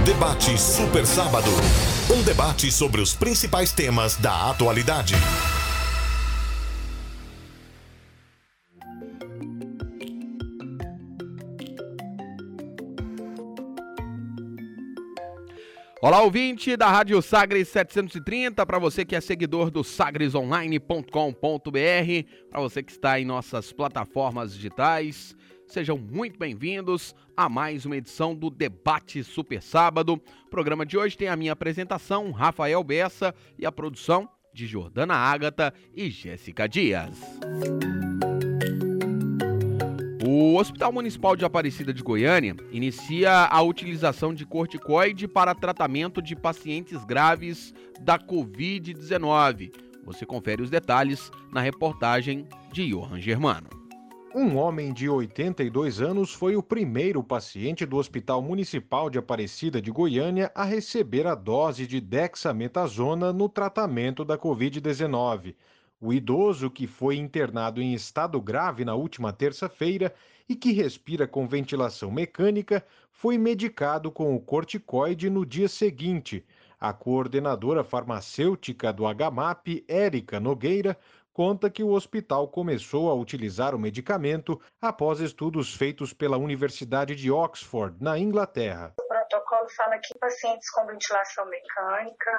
Debate Super Sábado. Um debate sobre os principais temas da atualidade. Olá, ouvinte da Rádio Sagres 730, para você que é seguidor do sagresonline.com.br, para você que está em nossas plataformas digitais, sejam muito bem-vindos a mais uma edição do Debate Super Sábado. O programa de hoje tem a minha apresentação, Rafael Bessa, e a produção de Jordana Ágata e Jéssica Dias. O Hospital Municipal de Aparecida de Goiânia inicia a utilização de corticoide para tratamento de pacientes graves da Covid-19. Você confere os detalhes na reportagem de Johan Germano. Um homem de 82 anos foi o primeiro paciente do Hospital Municipal de Aparecida de Goiânia a receber a dose de dexametasona no tratamento da Covid-19. O idoso, que foi internado em estado grave na última terça-feira e que respira com ventilação mecânica, foi medicado com o corticoide no dia seguinte. A coordenadora farmacêutica do HMAP, Érica Nogueira, conta que o hospital começou a utilizar o medicamento após estudos feitos pela Universidade de Oxford, na Inglaterra. O protocolo fala que pacientes com ventilação mecânica,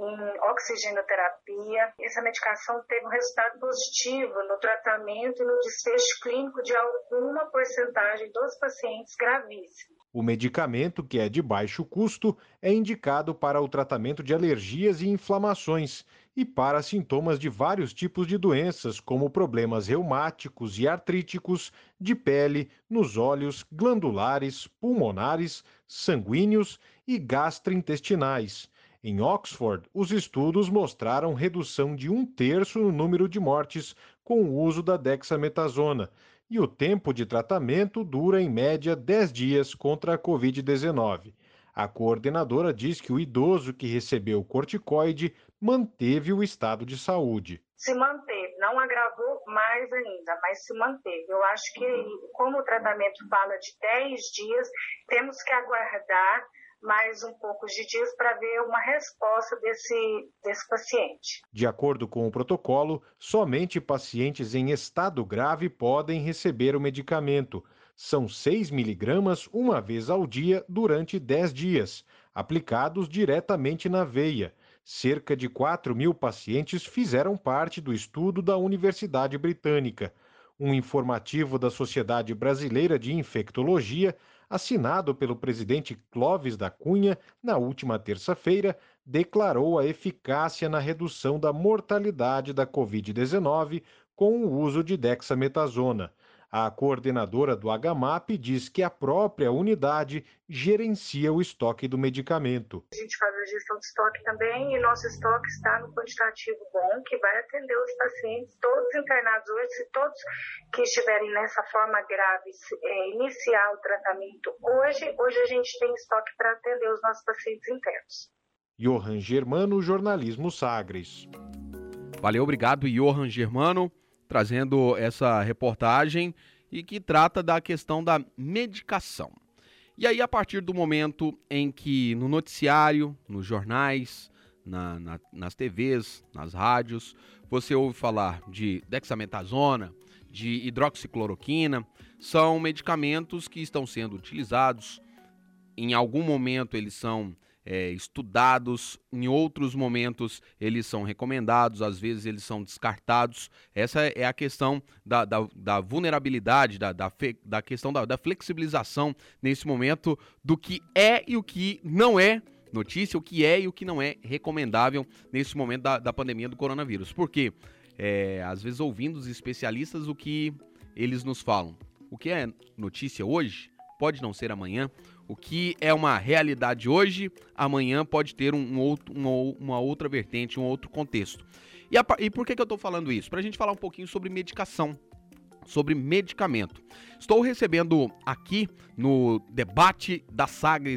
em oxigenoterapia, essa medicação teve um resultado positivo no tratamento e no desfecho clínico de alguma porcentagem dos pacientes gravíssimos. O medicamento, que é de baixo custo, é indicado para o tratamento de alergias e inflamações e para sintomas de vários tipos de doenças, como problemas reumáticos e artríticos, de pele, nos olhos, glandulares, pulmonares, sanguíneos e gastrointestinais. Em Oxford, os estudos mostraram redução de 1/3 no número de mortes com o uso da dexametasona, e o tempo de tratamento dura em média 10 dias contra a Covid-19. A coordenadora diz que o idoso que recebeu o corticoide manteve o estado de saúde. Se manteve, não agravou mais ainda, mas se manteve. Eu acho que, como o tratamento fala de 10 dias, temos que aguardar mais um pouco de dias para ver uma resposta desse paciente. De acordo com o protocolo, somente pacientes em estado grave podem receber o medicamento. São 6 miligramas uma vez ao dia durante 10 dias, aplicados diretamente na veia. Cerca de 4.000 pacientes fizeram parte do estudo da Universidade Britânica. Um informativo da Sociedade Brasileira de Infectologia, assinado pelo presidente Clóvis da Cunha, na última terça-feira, declarou a eficácia na redução da mortalidade da Covid-19 com o uso de dexametasona. A coordenadora do HMAP diz que a própria unidade gerencia o estoque do medicamento. A gente faz a gestão de estoque também e nosso estoque está no quantitativo bom, que vai atender os pacientes, todos internados hoje, se todos que estiverem nessa forma grave iniciar o tratamento hoje a gente tem estoque para atender os nossos pacientes internos. Johan Germano, Jornalismo Sagres. Valeu, obrigado, Johan Germano, trazendo essa reportagem e que trata da questão da medicação. E aí, a partir do momento em que no noticiário, nos jornais, nas TVs, nas rádios, você ouve falar de dexametasona, de hidroxicloroquina, são medicamentos que estão sendo utilizados. Em algum momento eles são estudados, em outros momentos eles são recomendados, às vezes eles são descartados. Essa é a questão da vulnerabilidade, da questão da flexibilização nesse momento do que é e o que não é notícia, o que é e o que não é recomendável nesse momento da pandemia do coronavírus. Porque, às vezes, ouvindo os especialistas, o que eles nos falam, o que é notícia hoje pode não ser amanhã. O que é uma realidade hoje, amanhã pode ter uma outra vertente, um outro contexto. E por que eu estou falando isso? Para a gente falar um pouquinho sobre medicação, sobre medicamento. Estou recebendo aqui no debate da Sagres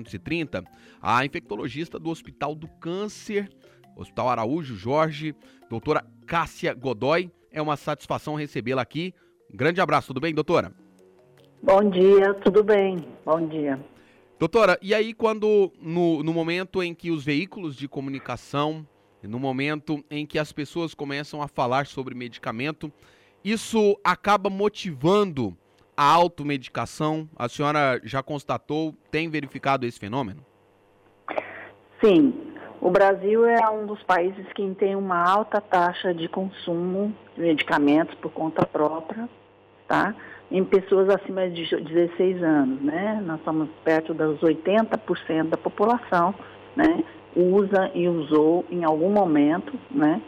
730 a infectologista do Hospital do Câncer, Hospital Araújo Jorge, doutora Cássia Godoy. É uma satisfação recebê-la aqui. Um grande abraço, tudo bem, doutora? Bom dia, tudo bem? Bom dia. Doutora, e aí quando no momento em que os veículos de comunicação, no momento em que as pessoas começam a falar sobre medicamento, isso acaba motivando a automedicação? A senhora já constatou, tem verificado esse fenômeno? Sim, o Brasil é um dos países que tem uma alta taxa de consumo de medicamentos por conta própria, tá? Em pessoas acima de 16 anos, né? Nós estamos perto dos 80% da população, né? Usa e usou em algum momento, né?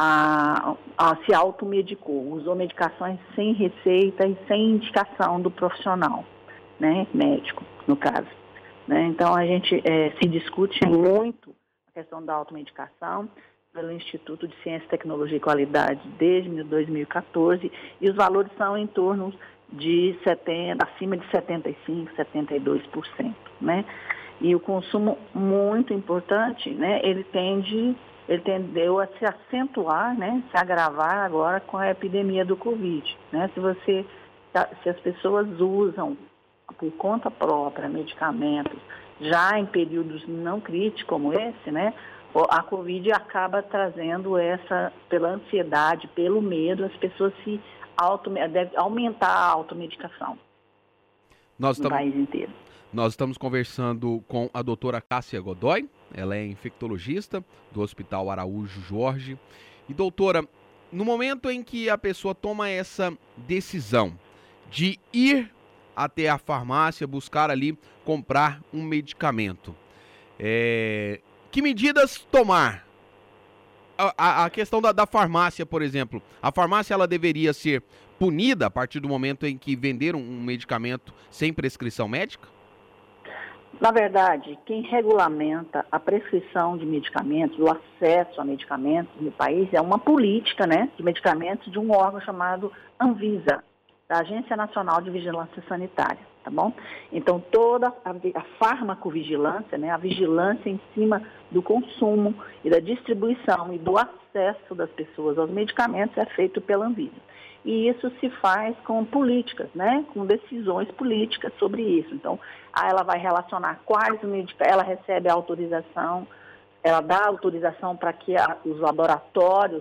Se automedicou, usou medicações sem receita e sem indicação do profissional, né? Médico, no caso. Né? Então, a gente se discute muito a questão da automedicação pelo Instituto de Ciência, Tecnologia e Qualidade desde 2014, e os valores são em torno de acima de 75%, 72%. Né? E o consumo muito importante, né? ele tendeu a se acentuar, né? Se agravar agora com a epidemia do Covid. Né? Se as pessoas usam por conta própria medicamentos, já em períodos não críticos como esse, né, a Covid acaba trazendo pela ansiedade, pelo medo, as pessoas deve aumentar a automedicação no país inteiro. Nós estamos conversando com a doutora Cássia Godoy, ela é infectologista do Hospital Araújo Jorge. E doutora, no momento em que a pessoa toma essa decisão de ir até a farmácia, buscar ali, comprar um medicamento. Que medidas tomar? A questão da farmácia, por exemplo. A farmácia ela deveria ser punida a partir do momento em que vender um medicamento sem prescrição médica? Na verdade, quem regulamenta a prescrição de medicamentos, o acesso a medicamentos no país, é uma política, né, de medicamentos de um órgão chamado Anvisa, da Agência Nacional de Vigilância Sanitária, tá bom? Então, toda a farmacovigilância, né, a vigilância em cima do consumo e da distribuição e do acesso das pessoas aos medicamentos é feito pela Anvisa. E isso se faz com políticas, né, com decisões políticas sobre isso. Então, ela vai relacionar quais medicamentos, ela recebe a autorização, ela dá autorização para que os laboratórios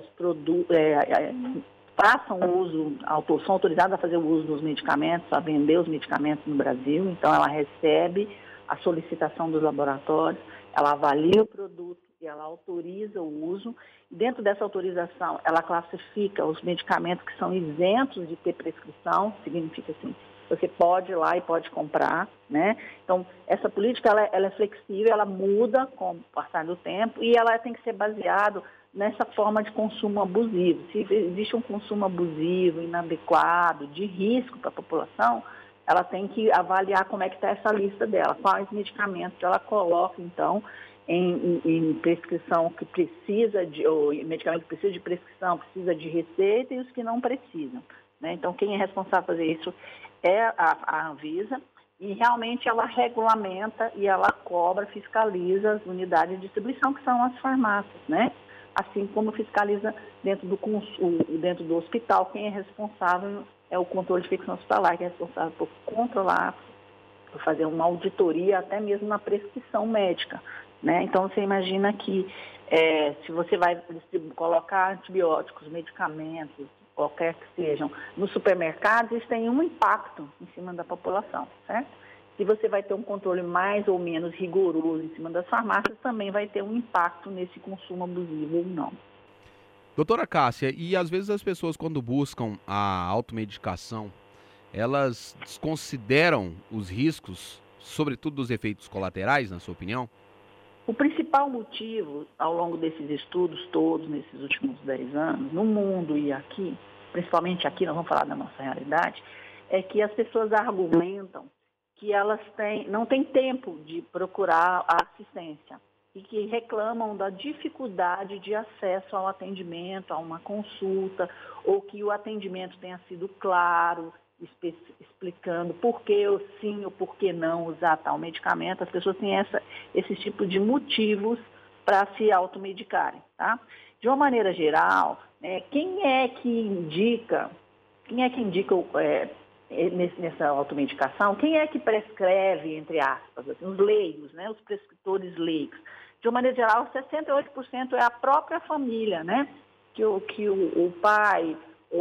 façam uso, são autorizados a fazer o uso dos medicamentos, a vender os medicamentos no Brasil. Então, ela recebe a solicitação dos laboratórios, ela avalia o produto e ela autoriza o uso. Dentro dessa autorização, ela classifica os medicamentos que são isentos de ter prescrição, significa assim, você pode ir lá e pode comprar, né? Então, essa política, ela é flexível, ela muda com o passar do tempo e ela tem que ser baseada nessa forma de consumo abusivo. Se existe um consumo abusivo, inadequado, de risco para a população, ela tem que avaliar como é que está essa lista dela, quais medicamentos ela coloca, então, em prescrição que precisa ou medicamento que precisa de prescrição, precisa de receita, e os que não precisam. Né? Então, quem é responsável por fazer isso é a Anvisa, e realmente ela regulamenta e ela cobra, fiscaliza as unidades de distribuição, que são as farmácias, né? Assim como fiscaliza dentro do hospital, quem é responsável é o controle de infecção hospitalar, que é responsável por controlar, por fazer uma auditoria, até mesmo na prescrição médica. Né? Então, você imagina que se você vai colocar antibióticos, medicamentos, qualquer que sejam, no supermercado, isso tem um impacto em cima da população, certo? Se você vai ter um controle mais ou menos rigoroso em cima das farmácias, também vai ter um impacto nesse consumo abusivo ou não. Doutora Cássia, e às vezes as pessoas quando buscam a automedicação, elas desconsideram os riscos, sobretudo dos efeitos colaterais, na sua opinião? O principal motivo, ao longo desses estudos todos, nesses últimos 10 anos, no mundo e aqui, principalmente aqui, nós vamos falar da nossa realidade, é que as pessoas argumentam que elas não têm tempo de procurar a assistência e que reclamam da dificuldade de acesso ao atendimento, a uma consulta, ou que o atendimento tenha sido claro, explicando por que ou sim ou por que não usar tal medicamento. As pessoas têm esse tipo de motivos para se automedicarem, tá? De uma maneira geral, quem é que indica nessa automedicação, quem é que prescreve, entre aspas, assim, os leigos, né, os prescritores leigos? De uma maneira geral, 68% é a própria família, né, que o pai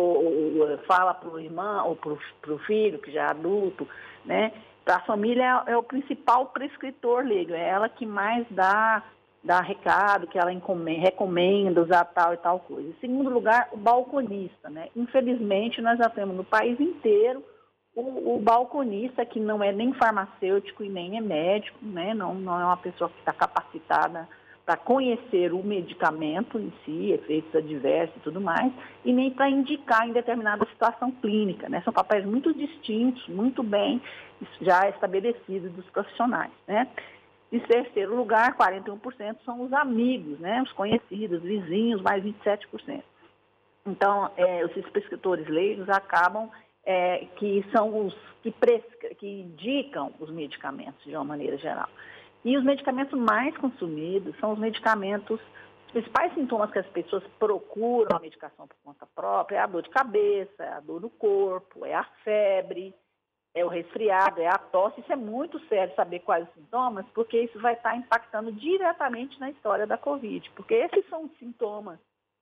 fala para o irmão ou para o filho, que já é adulto, né, para a família é o principal prescritor leigo, é ela que mais dá recado, que ela recomenda usar tal e tal coisa. Em segundo lugar, o balconista, né? Infelizmente, nós já temos no país inteiro o balconista, que não é nem farmacêutico e nem é médico, né? Não é uma pessoa que está capacitada para conhecer o medicamento em si, efeitos adversos e tudo mais, e nem para indicar em determinada situação clínica, né? São papéis muito distintos, muito bem já estabelecidos dos profissionais, né? Em terceiro lugar, 41% são os amigos, né? Os conhecidos, vizinhos, mais 27%. Então, esses prescritores leigos acabam que são os que indicam os medicamentos de uma maneira geral. E os medicamentos mais consumidos são os medicamentos, os principais sintomas que as pessoas procuram a medicação por conta própria é a dor de cabeça, é a dor no corpo, é a febre, é o resfriado, é a tosse. Isso é muito sério saber quais os sintomas, porque isso vai estar impactando diretamente na história da Covid, porque esses são os sintomas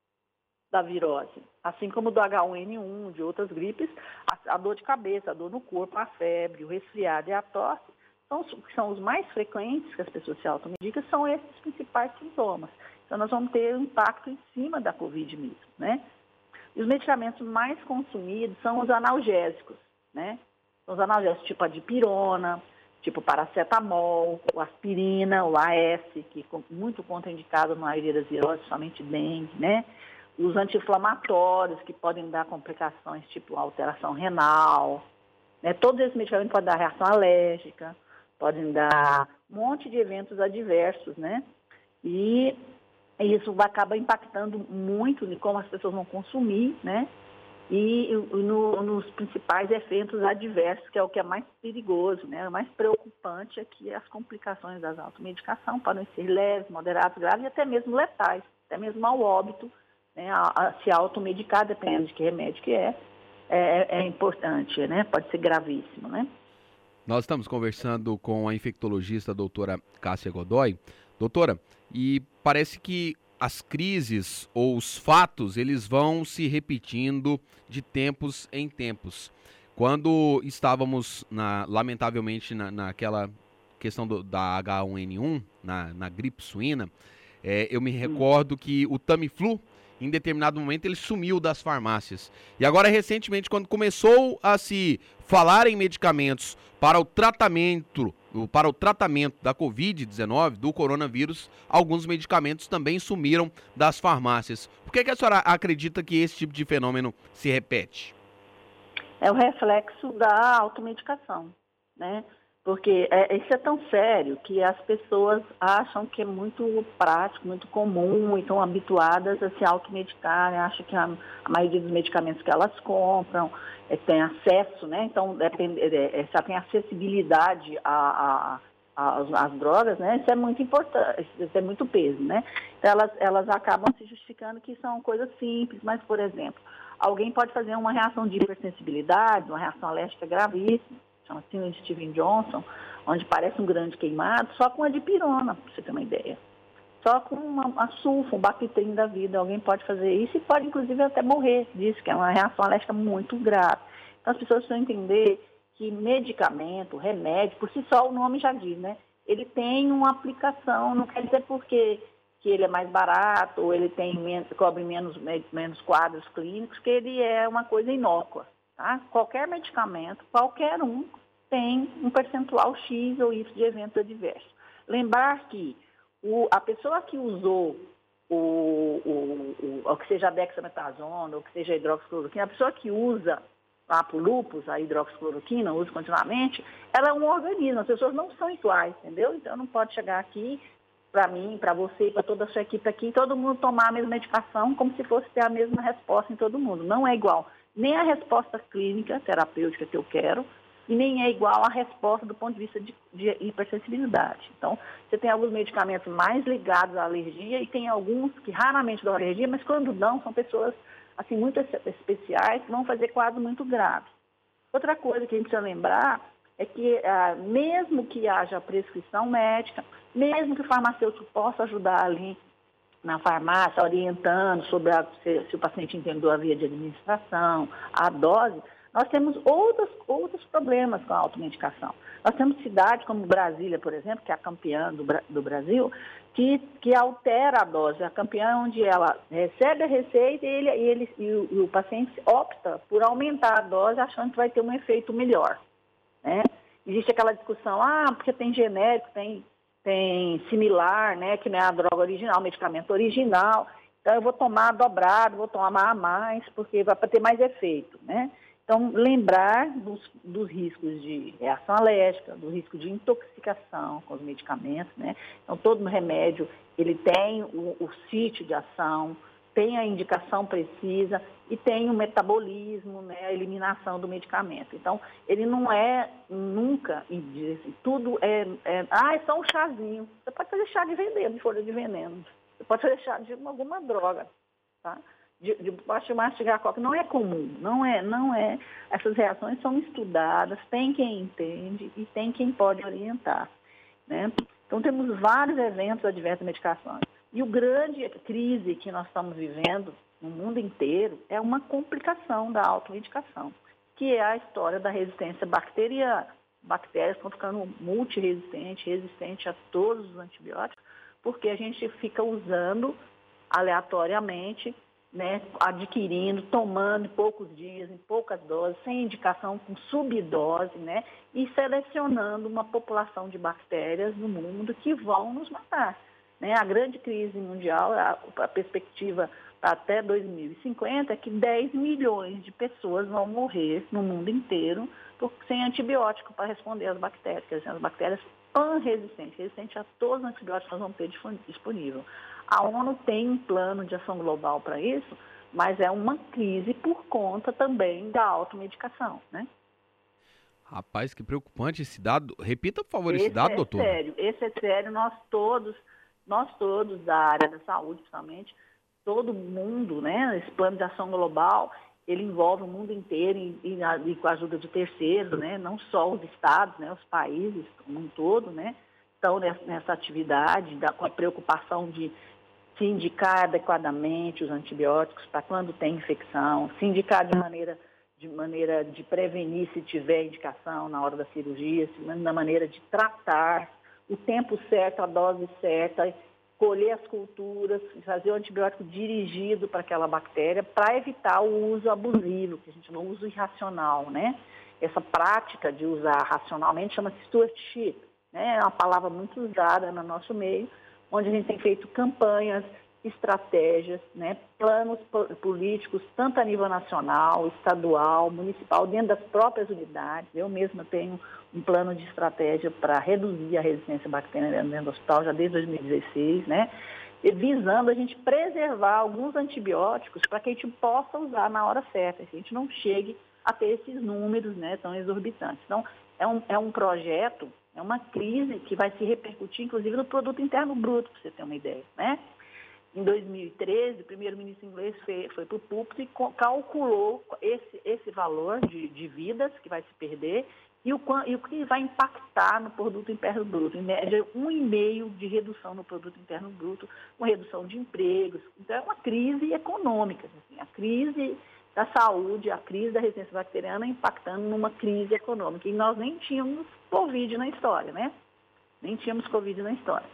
da virose, assim como do H1N1, de outras gripes, a dor de cabeça, a dor no corpo, a febre, o resfriado e a tosse, são os mais frequentes que as pessoas se automedicam, são esses principais sintomas. Então, nós vamos ter um impacto em cima da Covid mesmo, né? E os medicamentos mais consumidos são os analgésicos, né? São os analgésicos tipo a dipirona, tipo paracetamol, o aspirina, o AS, que é muito contraindicado na maioria das viroses, somente dengue, né? Os anti-inflamatórios, que podem dar complicações tipo alteração renal, né? Todos esses medicamentos podem dar reação alérgica, podem dar um monte de eventos adversos, né? E isso acaba impactando muito em como as pessoas vão consumir, né? E nos principais efeitos adversos, que é o que é mais perigoso, né? O mais preocupante é que as complicações da automedicação podem ser leves, moderadas, graves e até mesmo letais, até mesmo ao óbito, né? A se automedicar, dependendo de que remédio que é importante, né? Pode ser gravíssimo, né? Nós estamos conversando com a infectologista a doutora Cássia Godoy. Doutora, e parece que as crises ou os fatos, eles vão se repetindo de tempos em tempos. Quando estávamos, lamentavelmente, naquela questão da H1N1, na gripe suína, eu me recordo que o Tamiflu, em determinado momento, ele sumiu das farmácias. E agora, recentemente, quando começou a se falar em medicamentos para o tratamento da Covid-19, do coronavírus, alguns medicamentos também sumiram das farmácias. Por que a senhora acredita que esse tipo de fenômeno se repete? É o reflexo da automedicação, né? Porque isso é tão sério que as pessoas acham que é muito prático, muito comum e estão habituadas a se automedicarem, acham que a maioria dos medicamentos que elas compram tem acesso, né? Então, já tem acessibilidade às drogas, né? Isso é muito importante, isso é muito peso, né? Então, elas acabam se justificando que são coisas simples, mas, por exemplo, alguém pode fazer uma reação de hipersensibilidade, uma reação alérgica gravíssima, chama síndrome de Stevens-Johnson, onde parece um grande queimado, só com a dipirona, para você ter uma ideia. Só com uma sulfa, um Bactrim da vida, alguém pode fazer isso e pode, inclusive, até morrer disso, que é uma reação alérgica muito grave. Então, as pessoas precisam entender que medicamento, remédio, por si só, o nome já diz, né? Ele tem uma aplicação, não quer dizer porque que ele é mais barato ou ele cobre menos quadros clínicos, que ele é uma coisa inócua. Tá? Qualquer medicamento, qualquer um, tem um percentual X ou Y de eventos adversos. Lembrar que a pessoa que usou o que seja a dexametasona, ou que seja a hidroxicloroquina, a pessoa que usa lá para o lúpus, a hidroxicloroquina, usa continuamente, ela é um organismo, as pessoas não são iguais, entendeu? Então não pode chegar aqui para mim, para você, para toda a sua equipe aqui, todo mundo tomar a mesma medicação como se fosse ter a mesma resposta em todo mundo. Não é igual. Nem a resposta clínica, terapêutica que eu quero, e nem é igual a resposta do ponto de vista de hipersensibilidade. Então, você tem alguns medicamentos mais ligados à alergia e tem alguns que raramente dão alergia, mas quando dão, são pessoas assim, muito especiais que vão fazer quadros muito graves. Outra coisa que a gente precisa lembrar é que, mesmo que haja prescrição médica, mesmo que o farmacêutico possa ajudar ali na farmácia, orientando sobre se o paciente entendeu a via de administração, a dose, nós temos outros problemas com a automedicação. Nós temos cidades como Brasília, por exemplo, que é a campeã do Brasil, que altera a dose. A campeã é onde ela recebe a receita e o paciente opta por aumentar a dose achando que vai ter um efeito melhor, né? Existe aquela discussão, porque tem genérico, tem similar, né, que não é a droga original, o medicamento original, então eu vou tomar dobrado, vou tomar a mais, porque vai ter mais efeito, né? Então, lembrar dos riscos de reação alérgica, do risco de intoxicação com os medicamentos, né? Então, todo remédio, ele tem o sítio de ação, tem a indicação precisa e tem o metabolismo, né, a eliminação do medicamento. Então, ele não é nunca, tudo é só um chazinho. Você pode fazer chá de veneno, de folha de veneno. Você pode fazer chá de alguma droga, tá? De mastigar coca. Não é comum, não é. Essas reações são estudadas, tem quem entende e tem quem pode orientar, né? Então, temos vários eventos adversos à medicação. E a grande crise que nós estamos vivendo no mundo inteiro é uma complicação da automedicação, que é a história da resistência bacteriana. Bactérias estão ficando multiresistentes, resistentes a todos os antibióticos, porque a gente fica usando aleatoriamente, né, adquirindo, tomando em poucos dias, em poucas doses, sem indicação, com subdose, né, e selecionando uma população de bactérias no mundo que vão nos matar. A grande crise mundial, a perspectiva até 2050 é que 10 milhões de pessoas vão morrer no mundo inteiro sem antibiótico para responder às bactérias. Quer dizer, as bactérias resistentes a todos os antibióticos que nós vamos ter disponível. A ONU tem um plano de ação global para isso, mas é uma crise por conta também da automedicação, né? Rapaz, que preocupante esse dado. Repita, por favor, esse dado, doutor. Esse é sério. Nós todos da área da saúde, principalmente, todo mundo, né, esse plano de ação global, ele envolve o mundo inteiro e com a ajuda de terceiros, né, não só os estados, né, os países como um todo, né, estão nessa atividade, com a preocupação de se indicar adequadamente os antibióticos para quando tem infecção, se indicar de maneira de prevenir se tiver indicação na hora da cirurgia, na maneira de tratar, o tempo certo, a dose certa, colher as culturas, fazer o antibiótico dirigido para aquela bactéria para evitar o uso abusivo, que a gente chama de uso irracional, né? Essa prática de usar racionalmente chama-se stewardship, né? É uma palavra muito usada no nosso meio, onde a gente tem feito campanhas, estratégias, né? Planos políticos, tanto a nível nacional, estadual, municipal, dentro das próprias unidades. Eu mesma tenho um plano de estratégia para reduzir a resistência bacteriana dentro do hospital, já desde 2016, né? E visando a gente preservar alguns antibióticos para que a gente possa usar na hora certa, que a gente não chegue a ter esses números, né, tão exorbitantes. Então, é um projeto, é uma crise que vai se repercutir, inclusive, no produto interno bruto, para você ter uma ideia, né? Em 2013, o primeiro-ministro inglês foi para o púlpito e calculou esse valor de vidas que vai se perder e o que vai impactar no produto interno bruto. Em média, 1,5% de redução no produto interno bruto, com redução de empregos. Então, é uma crise econômica. Assim, a crise da saúde, a crise da resistência bacteriana impactando numa crise econômica. E nós nem tínhamos Covid na história, né? Nem tínhamos Covid na história.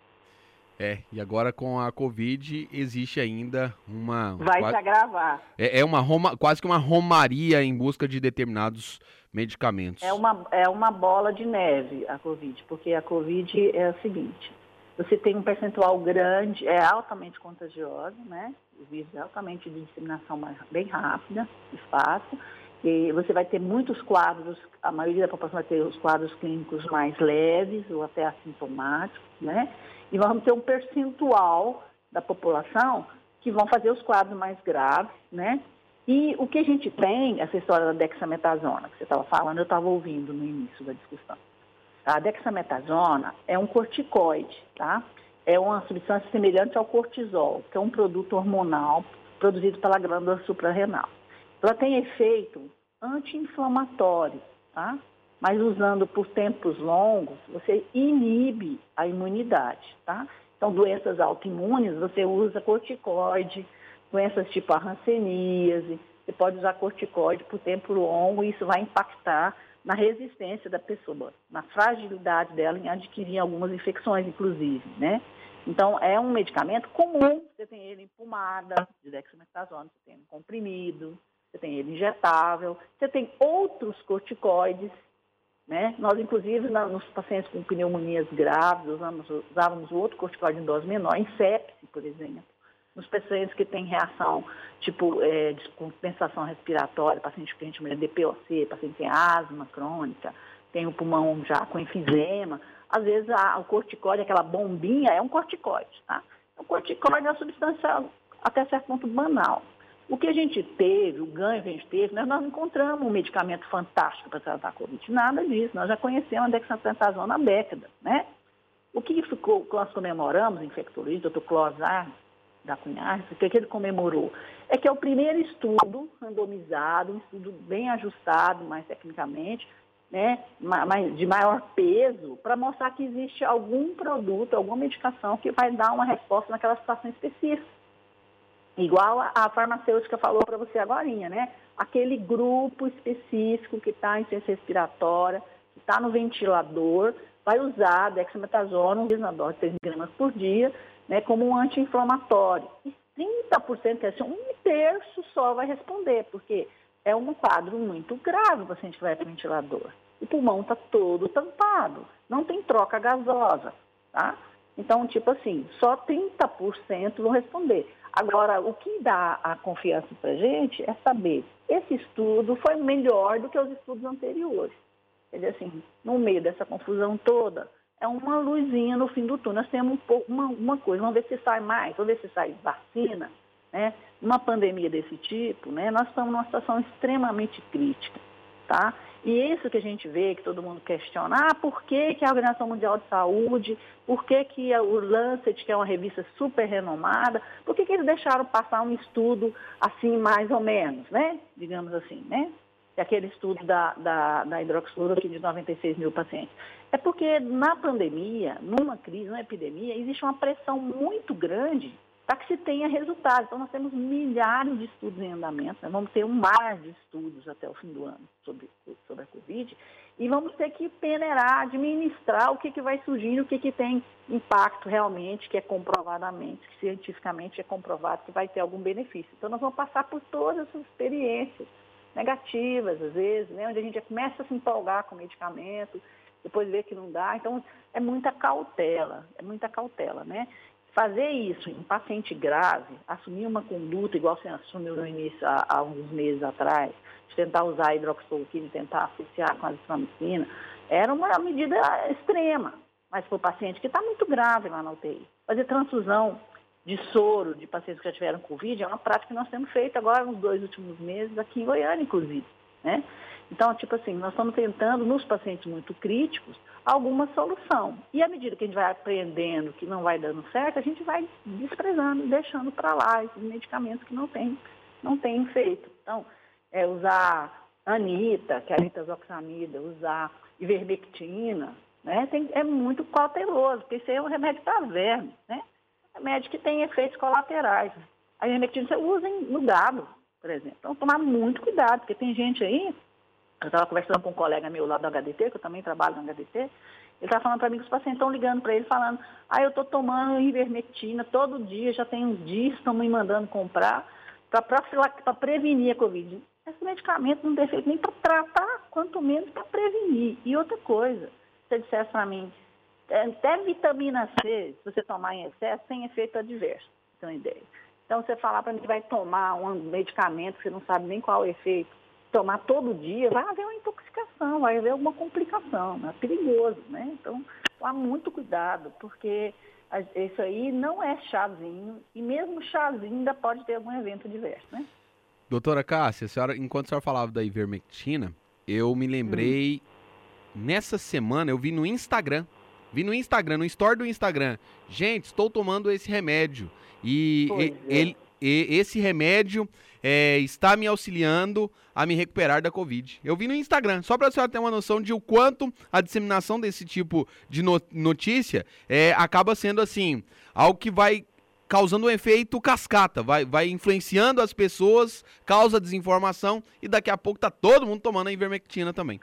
E agora com a Covid existe ainda uma... Vai se agravar. Quase que uma romaria em busca de determinados medicamentos. É uma bola de neve a Covid, porque a Covid é o seguinte, você tem um percentual grande, é altamente contagiosa, né? O vírus é altamente de disseminação bem rápida e fácil, e você vai ter muitos quadros, a maioria da população vai ter os quadros clínicos mais leves ou até assintomáticos, né? E vamos ter um percentual da população que vão fazer os quadros mais graves, né? E o que a gente tem, essa história da dexametasona, que você estava falando, eu estava ouvindo no início da discussão. A dexametasona é um corticoide, tá? É uma substância semelhante ao cortisol, que é um produto hormonal produzido pela glândula suprarrenal. Ela tem efeito anti-inflamatório, tá? Mas usando por tempos longos, você inibe a imunidade, tá? Então, doenças autoimunes, você usa corticoide, doenças tipo a hanseníase, você pode usar corticoide por tempo longo e isso vai impactar na resistência da pessoa, na fragilidade dela em adquirir algumas infecções, inclusive, né? Então, é um medicamento comum, você tem ele em pomada de dexametasona, você tem ele em comprimido, você tem ele injetável, você tem outros corticoides, né? Nós, inclusive, nos pacientes com pneumonias graves, usávamos o outro corticoide em dose menor, em sepse, por exemplo. Nos pacientes que têm reação, tipo, de compensação respiratória, paciente que a gente chama de DPOC, paciente que tem asma crônica, tem o pulmão já com enfisema, às vezes o corticoide, aquela bombinha, é um corticoide, tá? O corticoide é uma substância até certo ponto banal. O que a gente teve, o ganho que a gente teve, nós não encontramos um medicamento fantástico para tratar a Covid, nada disso. Nós já conhecemos a dexametasona há décadas, né? O que nós comemoramos, o infectologista, o Dr. Closar da Cunhar, o que ele comemorou? É que é o primeiro estudo randomizado, um estudo bem ajustado, mais tecnicamente, né, de maior peso, para mostrar que existe algum produto, alguma medicação que vai dar uma resposta naquela situação específica. Igual a farmacêutica falou para você agorinha, né? Aquele grupo específico que está em ciência respiratória, que está no ventilador, vai usar dexametasona, uma dose de 6 gramas por dia, né, como um anti-inflamatório. E 30%, quer dizer, 1/3 só vai responder, porque é um quadro muito grave o paciente que vai para o ventilador. O pulmão está todo tampado, não tem troca gasosa, tá? Então, tipo assim, só 30% vão responder. Agora, o que dá a confiança para a gente é saber, esse estudo foi melhor do que os estudos anteriores. Quer dizer assim, no meio dessa confusão toda, é uma luzinha no fim do túnel. Nós temos uma coisa, vamos ver se sai mais, vamos ver se sai vacina, né? Numa pandemia desse tipo, né, nós estamos numa situação extremamente crítica, tá? E isso que a gente vê, que todo mundo questiona, por que a Organização Mundial de Saúde, por que o Lancet, que é uma revista super renomada, por que eles deixaram passar um estudo assim, mais ou menos, né? Digamos assim, né? Aquele estudo da hidroxicloroquina de 96 mil pacientes. É porque na pandemia, numa crise, numa epidemia, existe uma pressão muito grande para que se tenha resultados. Então, nós temos milhares de estudos em andamento, né? Vamos ter um mar de estudos até o fim do ano sobre a Covid, e vamos ter que peneirar, administrar o que vai surgir, o que tem impacto realmente, que é comprovadamente, que cientificamente é comprovado que vai ter algum benefício. Então, nós vamos passar por todas essas experiências negativas, às vezes, né? Onde a gente já começa a se empolgar com o medicamento, depois vê que não dá. Então, é muita cautela, né? Fazer isso em paciente grave, assumir uma conduta igual você assumiu no início, há uns meses atrás, de tentar usar a hidroxicloroquina e tentar associar com a azitromicina, era uma medida extrema, mas para o paciente que está muito grave lá na UTI. Fazer transfusão de soro de pacientes que já tiveram Covid é uma prática que nós temos feito agora nos 2 últimos meses aqui em Goiânia, inclusive, né? Então, tipo assim, nós estamos tentando, nos pacientes muito críticos, alguma solução. E à medida que a gente vai aprendendo que não vai dando certo, a gente vai desprezando, deixando para lá esses medicamentos que não tem feito. Então, usar anita, que é a nitazoxamida, usar ivermectina, né? É muito cauteloso, porque isso é um remédio para verme, né? Remédio que tem efeitos colaterais. A ivermectina você usa no gado, por exemplo. Então, tomar muito cuidado, porque tem gente aí. Eu estava conversando com um colega meu lá do HDT, que eu também trabalho no HDT, ele estava falando para mim que os pacientes estão ligando para ele falando, eu estou tomando ivermectina todo dia, já tem uns dias, estão me mandando comprar para prevenir a Covid. Esse medicamento não tem efeito nem para tratar, quanto menos para prevenir. E outra coisa, se você dissesse para mim, até vitamina C, se você tomar em excesso, tem efeito adverso, você tem uma ideia. Então, você falar para mim que vai tomar um medicamento que você não sabe nem qual é o efeito, tomar todo dia, vai haver uma intoxicação, vai haver alguma complicação, é perigoso, né? Então, há muito cuidado, porque isso aí não é chazinho, e mesmo chazinho ainda pode ter algum evento adverso, né? Doutora Cássia, enquanto a senhora falava da ivermectina, eu me lembrei, nessa semana, eu vi no Instagram, no story do Instagram, gente, estou tomando esse remédio, e esse remédio está me auxiliando a me recuperar da Covid. Eu vi no Instagram, só para a senhora ter uma noção de o quanto a disseminação desse tipo de notícia acaba sendo assim, algo que vai causando um efeito cascata, vai influenciando as pessoas, causa desinformação e daqui a pouco tá todo mundo tomando a ivermectina também.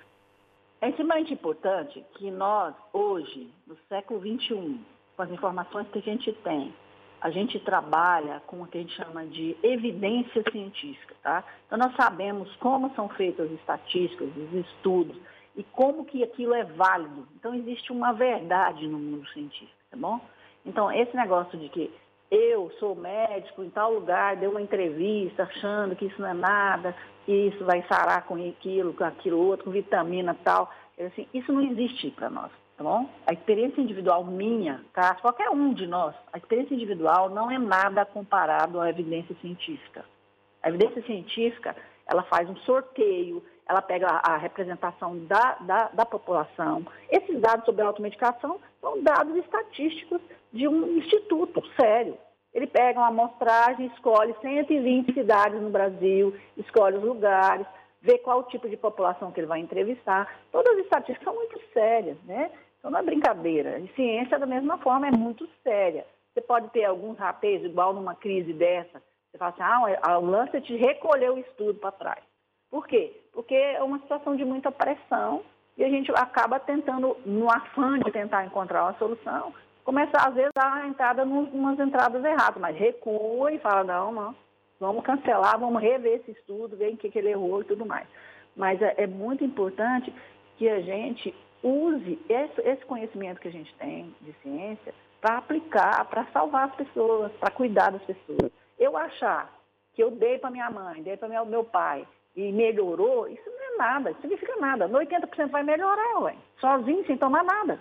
É extremamente importante que nós, hoje, no século XXI, com as informações que a gente tem, a gente trabalha com o que a gente chama de evidência científica, tá? Então, nós sabemos como são feitas as estatísticas, os estudos, e como que aquilo é válido. Então, existe uma verdade no mundo científico, tá bom? Então, esse negócio de que eu sou médico em tal lugar, dei uma entrevista achando que isso não é nada, que isso vai sarar com aquilo outro, com vitamina tal, assim, isso não existe para nós. Tá bom? A experiência individual minha, tá? Qualquer um de nós, a experiência individual não é nada comparado à evidência científica. A evidência científica, ela faz um sorteio, ela pega a representação da população. Esses dados sobre a automedicação são dados estatísticos de um instituto sério. Ele pega uma amostragem, escolhe 120 cidades no Brasil, escolhe os lugares, vê qual tipo de população que ele vai entrevistar. Todas as estatísticas são muito sérias, né? Então não é brincadeira. E ciência, da mesma forma, é muito séria. Você pode ter alguns rateios, igual numa crise dessa. Você fala assim, a Lancet recolheu o estudo para trás. Por quê? Porque é uma situação de muita pressão e a gente acaba tentando, no afã de tentar encontrar uma solução, começar, às vezes, a entrada umas entradas erradas, mas recua e fala, não, vamos cancelar, vamos rever esse estudo, ver em que ele errou e tudo mais. Mas é muito importante que a gente use esse conhecimento que a gente tem de ciência para aplicar, para salvar as pessoas, para cuidar das pessoas. Eu achar que eu dei para minha mãe, dei para meu pai e melhorou, isso não é nada, isso não significa nada. No 80% vai melhorar, ué, sozinho, sem tomar nada.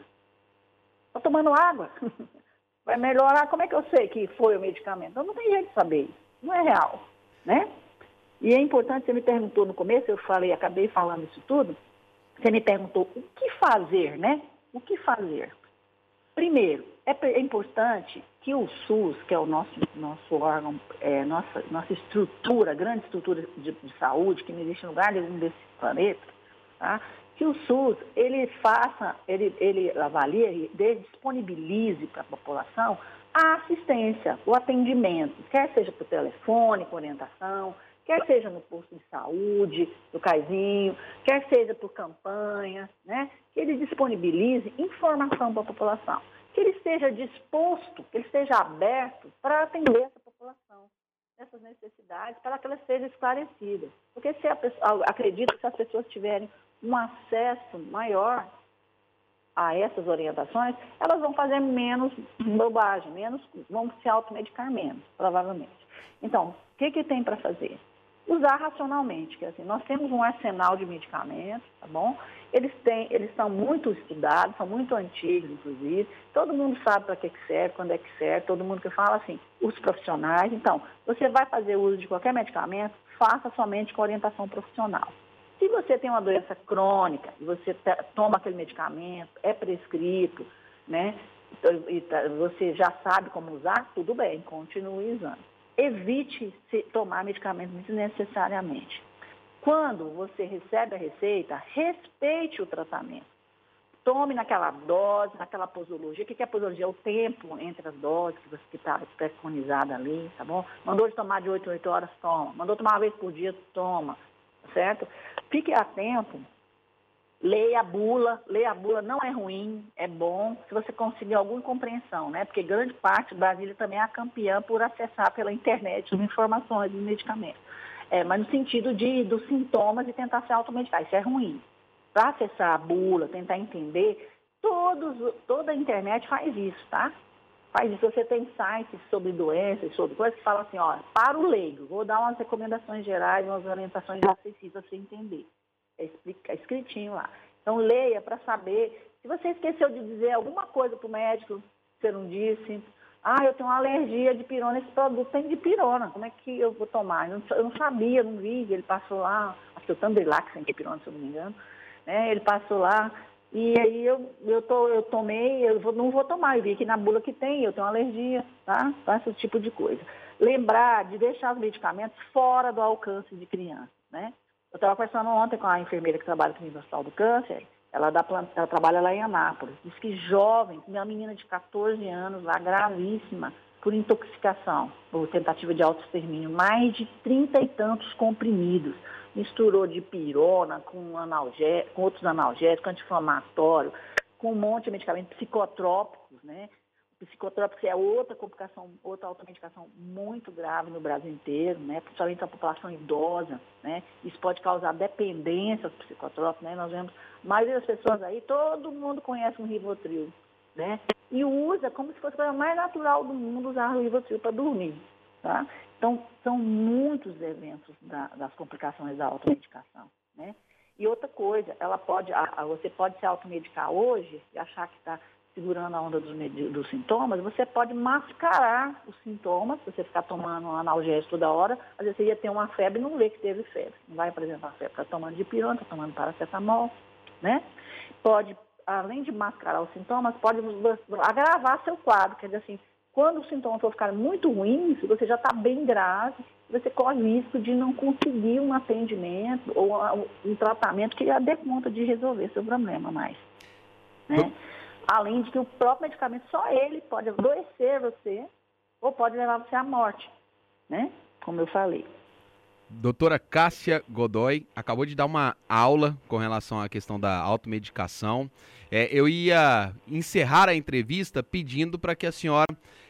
Só tomando água. Vai melhorar, como é que eu sei que foi o medicamento? Então, não tem jeito de saber isso. Não é real, né? E é importante, você me perguntou no começo, acabei falando isso tudo, você me perguntou o que fazer, né? O que fazer? Primeiro, é importante que o SUS, que é o nosso órgão, nossa estrutura, grande estrutura de saúde, que não existe em lugar nenhum desse planeta, tá? Que o SUS, ele avalie, disponibilize para a população a assistência, o atendimento, quer seja por telefone, com orientação, quer seja no posto de saúde, no caizinho, quer seja por campanha, né? Que ele disponibilize informação para a população, que ele esteja disposto, que ele esteja aberto para atender essa população, essas necessidades, para que elas sejam esclarecidas. Porque acredito que se as pessoas tiverem um acesso maior a essas orientações, elas vão fazer menos bobagem, vão se automedicar menos, provavelmente. Então, o que tem para fazer? Usar racionalmente, que assim, nós temos um arsenal de medicamentos, tá bom? Eles são muito estudados, são muito antigos, inclusive. Todo mundo sabe para que serve, quando é que serve, todo mundo que fala assim, os profissionais. Então, você vai fazer uso de qualquer medicamento, faça somente com orientação profissional. Se você tem uma doença crônica e você toma aquele medicamento, é prescrito, né? E você já sabe como usar, tudo bem, continue usando. Evite tomar medicamentos desnecessariamente. Quando você recebe a receita, respeite o tratamento. Tome naquela dose, naquela posologia. O que é posologia? É o tempo entre as doses que está preconizada ali, tá bom? Mandou de tomar de 8 em 8 horas, toma. Mandou tomar uma vez por dia, toma. Certo? Fique atento, leia a bula não é ruim, é bom, se você conseguir alguma compreensão, né? Porque grande parte do Brasil também é a campeã por acessar pela internet as informações dos medicamentos. Mas no sentido dos sintomas e tentar se automedicar, isso é ruim. Para acessar a bula, tentar entender, toda a internet faz isso, tá? Faz isso, você tem sites sobre doenças, sobre coisas que falam assim, para o leigo, vou dar umas recomendações gerais, umas orientações acessíveis para você entender. É escritinho lá. Então, leia para saber. Se você esqueceu de dizer alguma coisa para o médico, você não disse, eu tenho uma alergia de pirona, esse produto tem de pirona, como é que eu vou tomar? Eu não sabia, não vi, ele passou lá, acho que o Tandrilax tem de pirona, se eu não me engano, né? Ele passou lá, E aí eu tomei, não vou tomar, eu vi aqui na bula que tem, eu tenho alergia, tá? Então, esse tipo de coisa. Lembrar de deixar os medicamentos fora do alcance de criança, né? Eu estava conversando ontem com a enfermeira que trabalha aqui no Hospital do Câncer, ela trabalha lá em Anápolis, diz que jovem, uma menina de 14 anos lá, gravíssima, por intoxicação, por tentativa de autoextermínio, mais de 30 e tantos comprimidos. Misturou de pirona com outros analgésicos, anti-inflamatório, com um monte de medicamentos psicotrópicos, né? Psicotrópicos é outra complicação, outra automedicação muito grave no Brasil inteiro, né? Principalmente a população idosa, né? Isso pode causar dependência aos psicotrópicos, né? Nós vemos, a maioria das pessoas aí, todo mundo conhece um Rivotril, né? E usa como se fosse a coisa mais natural do mundo usar o Rivotril para dormir, tá? Então, são muitos eventos das complicações da automedicação, né? E outra coisa, você pode se automedicar hoje e achar que está segurando a onda dos sintomas, você pode mascarar os sintomas, se você ficar tomando um analgésico toda hora, às vezes você ia ter uma febre e não vê que teve febre. Não vai apresentar febre, está tomando dipirona, está tomando paracetamol, né? Pode, além de mascarar os sintomas, pode agravar seu quadro, quer dizer assim, quando os sintomas for ficar muito ruins, você já está bem grave, você corre o risco de não conseguir um atendimento ou um tratamento que já dê conta de resolver seu problema mais, né? Além de que o próprio medicamento, só ele pode adoecer você ou pode levar você à morte, né? Como eu falei. Doutora Cássia Godoy acabou de dar uma aula com relação à questão da automedicação. Eu ia encerrar a entrevista pedindo para que a senhora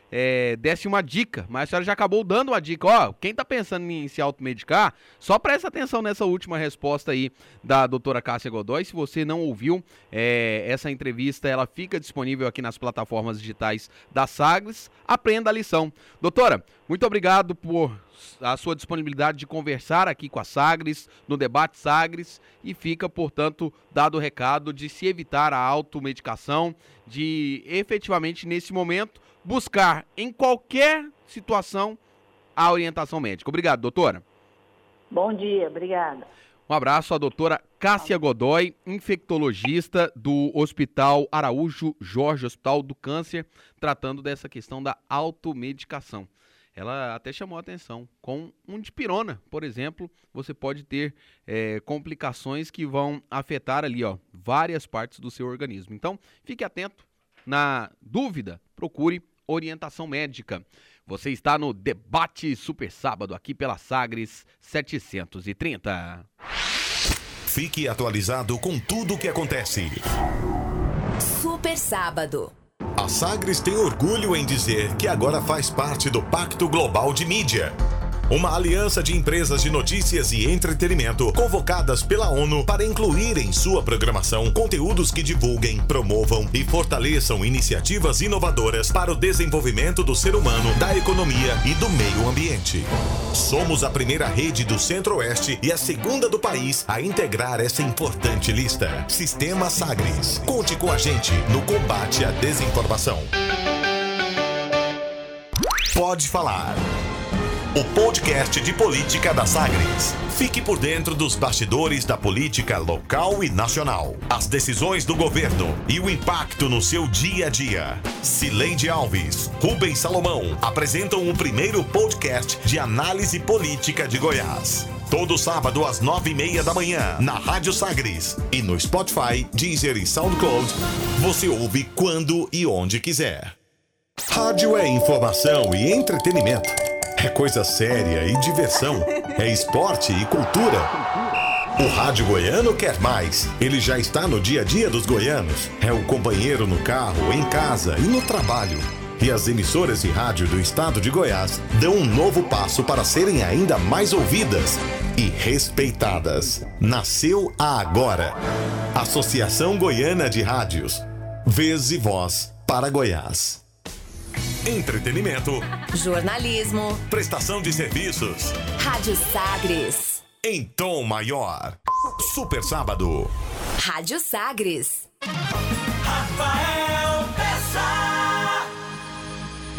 desse uma dica, mas a senhora já acabou dando uma dica. Ó, quem está pensando em se automedicar, só presta atenção nessa última resposta aí da doutora Cássia Godoy. Se você não ouviu essa entrevista, ela fica disponível aqui nas plataformas digitais da Sagres. Aprenda a lição. Doutora, muito obrigado por a sua disponibilidade de conversar aqui com a Sagres, no Debate Sagres, e fica, portanto, dado o recado de se evitar a automedicação, de efetivamente, nesse momento, buscar em qualquer situação a orientação médica. Obrigado, doutora. Bom dia, obrigada. Um abraço à doutora Cássia Godoy, infectologista do Hospital Araújo Jorge, Hospital do Câncer, tratando dessa questão da automedicação. Ela até chamou a atenção. Com um dipirona, por exemplo, você pode ter complicações que vão afetar ali, várias partes do seu organismo. Então, fique atento. Na dúvida, procure orientação médica. Você está no Debate Super Sábado, aqui pela Sagres 730. Fique atualizado com tudo o que acontece. Super Sábado. A Sagres tem orgulho em dizer que agora faz parte do Pacto Global de Mídia, uma aliança de empresas de notícias e entretenimento convocadas pela ONU para incluir em sua programação conteúdos que divulguem, promovam e fortaleçam iniciativas inovadoras para o desenvolvimento do ser humano, da economia e do meio ambiente. Somos a primeira rede do Centro-Oeste e a segunda do país a integrar essa importante lista. Sistema Sagres. Conte com a gente no combate à desinformação. Pode falar. O podcast de política da Sagres. Fique por dentro dos bastidores da política local e nacional, as decisões do governo e o impacto no seu dia a dia. Cileide Alves, Rubens Salomão apresentam o primeiro podcast de análise política de Goiás. Todo sábado às 9:30 da manhã, na Rádio Sagres e no Spotify, Deezer e SoundCloud. Você ouve quando e onde quiser. Rádio é informação e entretenimento. É coisa séria e diversão. É esporte e cultura. O Rádio Goiano quer mais. Ele já está no dia a dia dos goianos. É o companheiro no carro, em casa e no trabalho. E as emissoras de rádio do estado de Goiás dão um novo passo para serem ainda mais ouvidas e respeitadas. Nasceu a Agora. Associação Goiana de Rádios. Vez e voz para Goiás. Entretenimento, jornalismo, prestação de serviços. Rádio Sagres. Em tom maior. Super Sábado. Rádio Sagres. A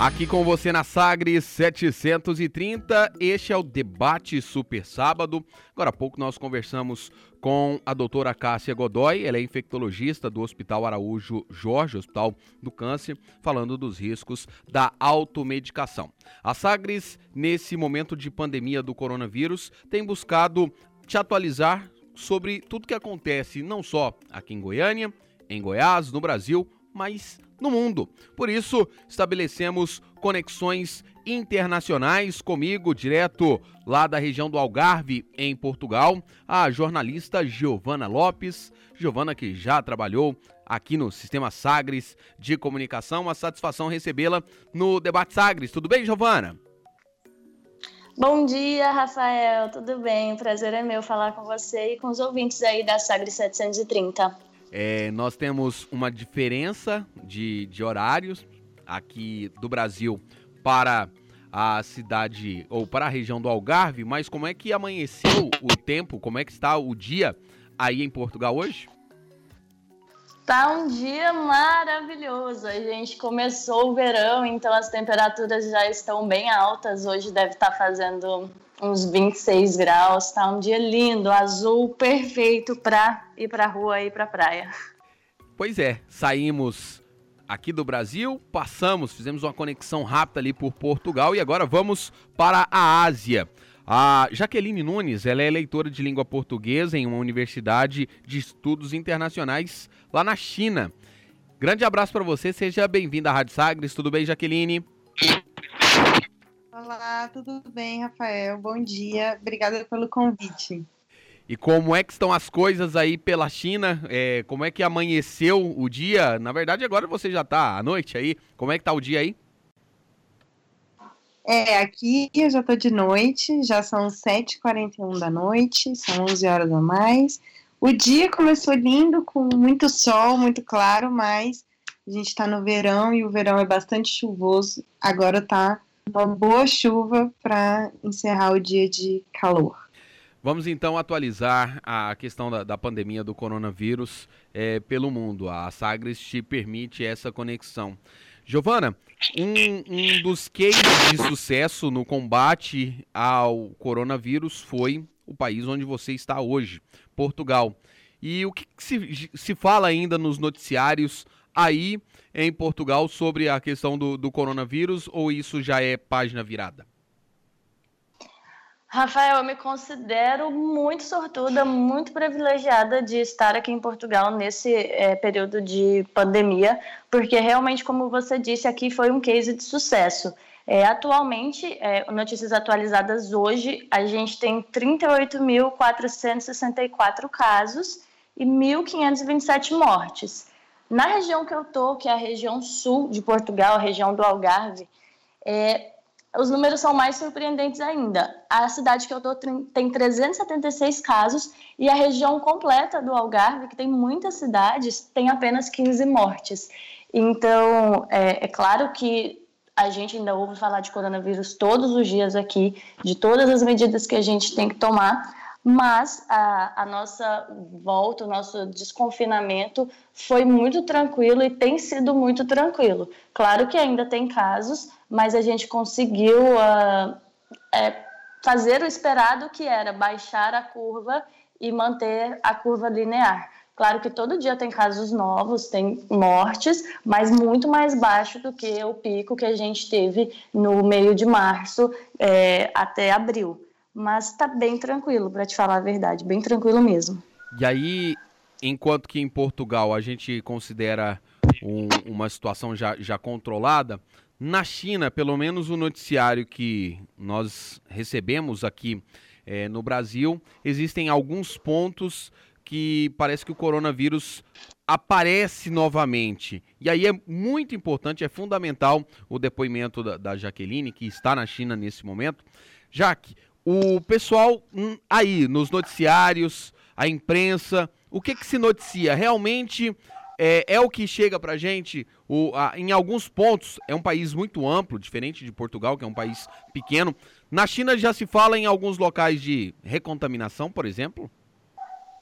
Aqui com você na Sagres 730, este é o Debate Super Sábado. Agora há pouco nós conversamos com a doutora Cássia Godoy, ela é infectologista do Hospital Araújo Jorge, Hospital do Câncer, falando dos riscos da automedicação. A Sagres, nesse momento de pandemia do coronavírus, tem buscado te atualizar sobre tudo que acontece, não só aqui em Goiânia, em Goiás, no Brasil, mas no mundo. Por isso, estabelecemos conexões internacionais comigo, direto lá da região do Algarve, em Portugal, a jornalista Giovana Lopes. Giovana, que já trabalhou aqui no Sistema Sagres de Comunicação. Uma satisfação recebê-la no Debate Sagres. Tudo bem, Giovana? Bom dia, Rafael. Tudo bem? O prazer é meu falar com você e com os ouvintes aí da Sagres 730. Nós temos uma diferença de horários aqui do Brasil para a cidade ou para a região do Algarve, mas como é que amanheceu o tempo, como é que está o dia aí em Portugal hoje? Tá um dia maravilhoso, a gente começou o verão, então as temperaturas já estão bem altas, hoje deve estar fazendo uns 26 graus, tá um dia lindo, azul, perfeito para ir pra rua e ir pra praia. Pois é, saímos aqui do Brasil, fizemos uma conexão rápida ali por Portugal e agora vamos para a Ásia. A Jaqueline Nunes, ela é leitora de língua portuguesa em uma universidade de estudos internacionais lá na China. Grande abraço para você, seja bem-vinda à Rádio Sagres. Tudo bem, Jaqueline? Olá, tudo bem, Rafael? Bom dia, obrigada pelo convite. E como é que estão as coisas aí pela China? Como é que amanheceu o dia? Na verdade, agora você já está à noite aí. Como é que está o dia aí? Aqui eu já estou de noite, já são 7h41 da noite, são 11 horas a mais. O dia começou lindo, com muito sol, muito claro, mas a gente está no verão e o verão é bastante chuvoso. Agora está uma boa chuva para encerrar o dia de calor. Vamos então atualizar a questão da pandemia do coronavírus pelo mundo. A Sagres te permite essa conexão. Giovana, um dos cases de sucesso no combate ao coronavírus foi o país onde você está hoje, Portugal. E o que se fala ainda nos noticiários aí em Portugal sobre a questão do coronavírus, ou isso já é página virada? Rafael, eu me considero muito sortuda, muito privilegiada de estar aqui em Portugal nesse período de pandemia, porque realmente, como você disse, aqui foi um case de sucesso. Atualmente, notícias atualizadas hoje, a gente tem 38.464 casos e 1.527 mortes. Na região que eu estou, que é a região sul de Portugal, a região do Algarve, os números são mais surpreendentes ainda. A cidade que eu estou tem 376 casos e a região completa do Algarve, que tem muitas cidades, tem apenas 15 mortes. Então, é claro que a gente ainda ouve falar de coronavírus todos os dias aqui, de todas as medidas que a gente tem que tomar, mas a nossa volta, o nosso desconfinamento foi muito tranquilo e tem sido muito tranquilo. Claro que ainda tem casos, mas a gente conseguiu fazer o esperado, que era baixar a curva e manter a curva linear. Claro que todo dia tem casos novos, tem mortes, mas muito mais baixo do que o pico que a gente teve no meio de março até abril. Mas está bem tranquilo, para te falar a verdade, bem tranquilo mesmo. E aí, enquanto que em Portugal a gente considera uma situação já controlada, na China, pelo menos o noticiário que nós recebemos aqui no Brasil, existem alguns pontos que parece que o coronavírus aparece novamente. E aí é muito importante, é fundamental o depoimento da Jaqueline, que está na China nesse momento. Jaque, o pessoal aí nos noticiários, a imprensa, o que se noticia? Realmente é o que chega pra gente? Em alguns pontos, é um país muito amplo, diferente de Portugal, que é um país pequeno. Na China já se fala em alguns locais de recontaminação, por exemplo?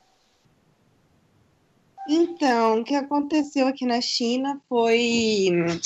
Então, o que aconteceu aqui na China foi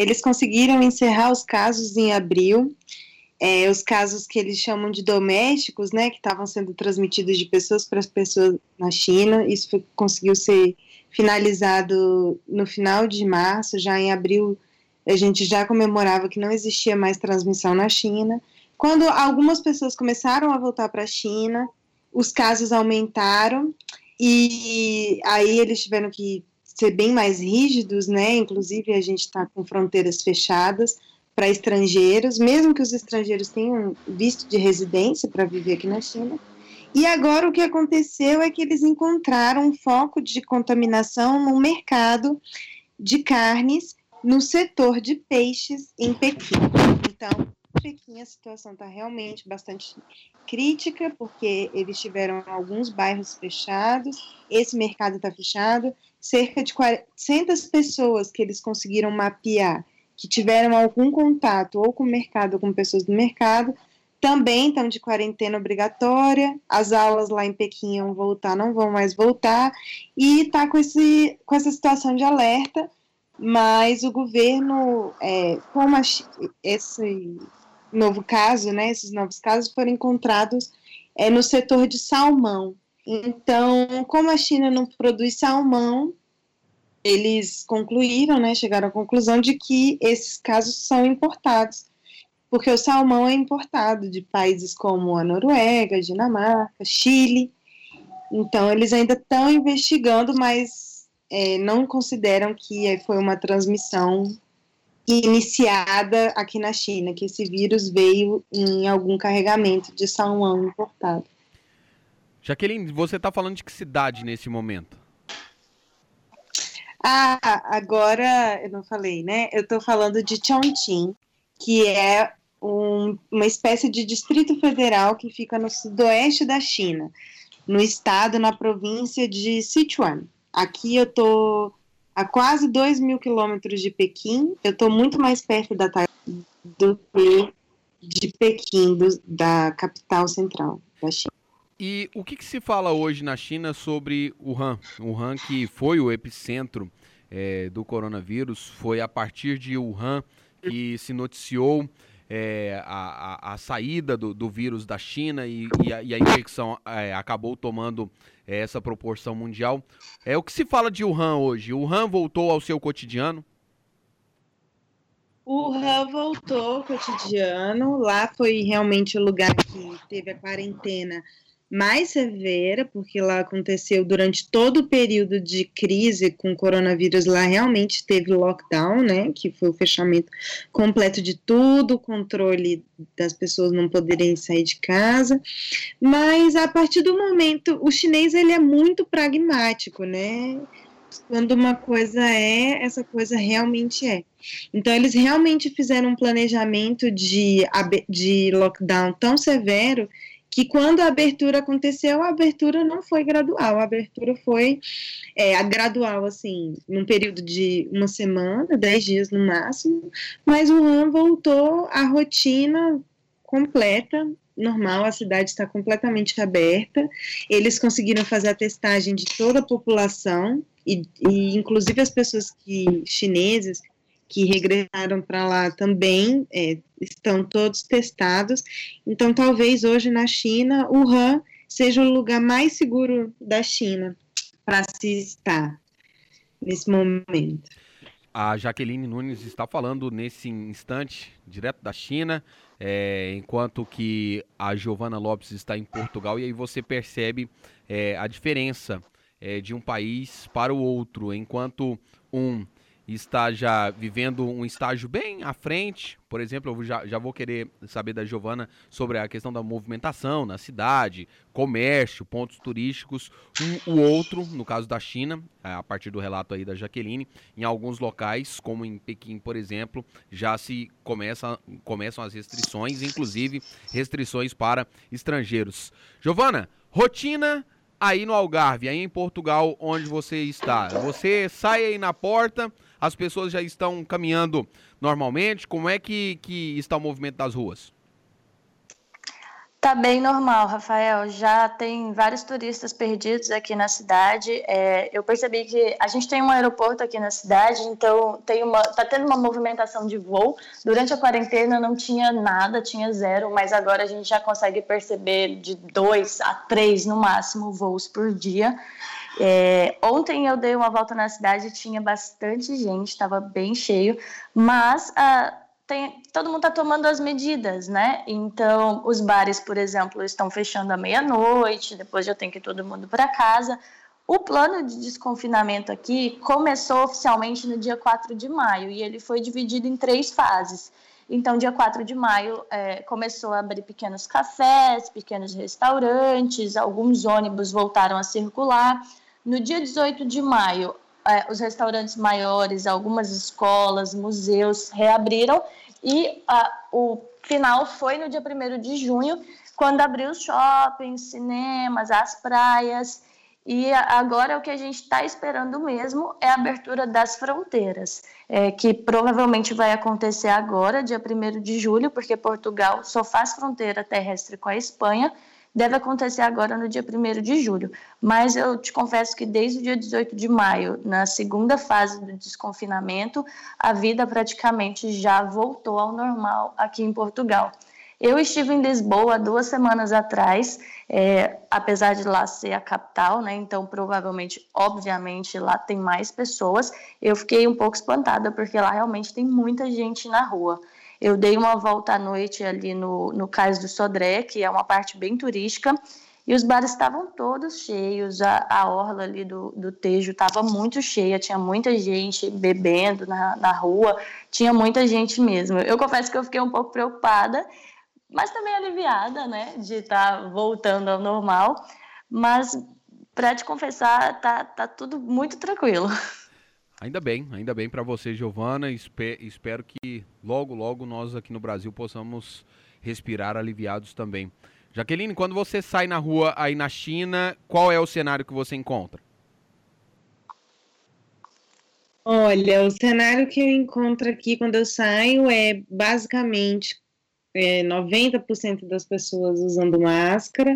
eles conseguiram encerrar os casos em abril, os casos que eles chamam de domésticos, né, que estavam sendo transmitidos de pessoas para pessoas na China. Isso conseguiu ser finalizado no final de março. Já em abril a gente já comemorava que não existia mais transmissão na China. Quando algumas pessoas começaram a voltar para a China, os casos aumentaram e aí eles tiveram que ser bem mais rígidos, né? Inclusive a gente está com fronteiras fechadas para estrangeiros, mesmo que os estrangeiros tenham visto de residência para viver aqui na China. E agora o que aconteceu é que eles encontraram um foco de contaminação no mercado de carnes, no setor de peixes em Pequim. Então, em Pequim a situação está realmente bastante crítica, porque eles tiveram alguns bairros fechados, esse mercado está fechado, cerca de 400 pessoas que eles conseguiram mapear, que tiveram algum contato ou com o mercado ou com pessoas do mercado, também estão de quarentena obrigatória. As aulas lá em Pequim iam voltar, não vão mais voltar, e está com essa situação de alerta, mas o governo, como esse novo caso, né, esses novos casos foram encontrados no setor de salmão. Então, como a China não produz salmão, eles concluíram, né, chegaram à conclusão de que esses casos são importados, porque o salmão é importado de países como a Noruega, Dinamarca, Chile. Então, eles ainda estão investigando, mas não consideram que foi uma transmissão iniciada aqui na China, que esse vírus veio em algum carregamento de salmão importado. Jaqueline, você está falando de que cidade nesse momento? Agora eu não falei, né? Eu estou falando de Chongqing, que é uma espécie de distrito federal que fica no sudoeste da China, no estado, na província de Sichuan. Aqui eu estou a quase 2.000 quilômetros de Pequim. Eu estou muito mais perto da Taipei do que de Pequim, da capital central da China. E o que se fala hoje na China sobre Wuhan? Wuhan, que foi o epicentro do coronavírus, foi a partir de Wuhan que se noticiou a saída do vírus da China e a infecção acabou tomando essa proporção mundial. O que se fala de Wuhan hoje? Wuhan voltou ao seu cotidiano? Wuhan voltou ao cotidiano. Lá foi realmente o lugar que teve a quarentena mais severa, porque lá aconteceu durante todo o período de crise com o coronavírus. Lá realmente teve lockdown, né, que foi o fechamento completo de tudo, o controle das pessoas não poderem sair de casa, mas a partir do momento, o chinês ele é muito pragmático, né, quando uma coisa essa coisa realmente é. Então eles realmente fizeram um planejamento de lockdown tão severo que quando a abertura aconteceu, a abertura não foi gradual, a abertura foi gradual, assim, num período de uma semana, 10 dias no máximo, mas o Wuhan voltou à rotina completa, normal, a cidade está completamente aberta, eles conseguiram fazer a testagem de toda a população, e inclusive as pessoas chinesas que regressaram para lá também estão todos testados. Então, talvez hoje na China, Wuhan seja o lugar mais seguro da China para se estar nesse momento. A Jaqueline Nunes está falando nesse instante, direto da China, enquanto que a Giovana Lopes está em Portugal, e aí você percebe a diferença de um país para o outro, enquanto está já vivendo um estágio bem à frente. Por exemplo, eu já vou querer saber da Giovana sobre a questão da movimentação na cidade, comércio, pontos turísticos. O outro, no caso da China, a partir do relato aí da Jaqueline, em alguns locais, como em Pequim, por exemplo, já se começam as restrições, inclusive restrições para estrangeiros. Giovana, rotina aí no Algarve, aí em Portugal, onde você está. Você sai aí na porta, as pessoas já estão caminhando normalmente. Como é que está o movimento das ruas? Tá bem normal, Rafael. Já tem vários turistas perdidos aqui na cidade. Eu percebi que a gente tem um aeroporto aqui na cidade, então tá tendo uma movimentação de voo. Durante a quarentena não tinha nada, tinha 0, mas agora a gente já consegue perceber de 2 a 3 no máximo voos por dia. Ontem eu dei uma volta na cidade e tinha bastante gente, estava bem cheio, mas todo mundo está tomando as medidas, né? Então, os bares, por exemplo, estão fechando à meia-noite, depois já tem que ir todo mundo para casa. O plano de desconfinamento aqui começou oficialmente no dia 4 de maio e ele foi dividido em 3 fases. Então, dia 4 de maio, começou a abrir pequenos cafés, pequenos restaurantes, alguns ônibus voltaram a circular. No dia 18 de maio, os restaurantes maiores, algumas escolas, museus reabriram e o final foi no dia 1º de junho, quando abriu os shoppings, cinemas, as praias. E agora o que a gente está esperando mesmo é a abertura das fronteiras, que provavelmente vai acontecer agora, dia 1º de julho, porque Portugal só faz fronteira terrestre com a Espanha. Deve acontecer agora no dia 1º de julho. Mas eu te confesso que desde o dia 18 de maio, na segunda fase do desconfinamento, a vida praticamente já voltou ao normal aqui em Portugal. Eu estive em Lisboa 2 semanas atrás, apesar de lá ser a capital, né? Então provavelmente, obviamente, lá tem mais pessoas. Eu fiquei um pouco espantada, porque lá realmente tem muita gente na rua. Eu dei uma volta à noite ali no Cais do Sodré, que é uma parte bem turística, e os bares estavam todos cheios, a orla ali do Tejo estava muito cheia, tinha muita gente bebendo na rua, tinha muita gente mesmo. Eu confesso que eu fiquei um pouco preocupada, mas também aliviada, né, de estar voltando ao normal, mas para te confessar, tá tudo muito tranquilo. Ainda bem para você, Giovana. Espero que logo nós aqui no Brasil possamos respirar aliviados também. Jaqueline, quando você sai na rua aí na China, qual é o cenário que você encontra? Olha, o cenário que eu encontro aqui quando eu saio é basicamente 90% das pessoas usando máscara.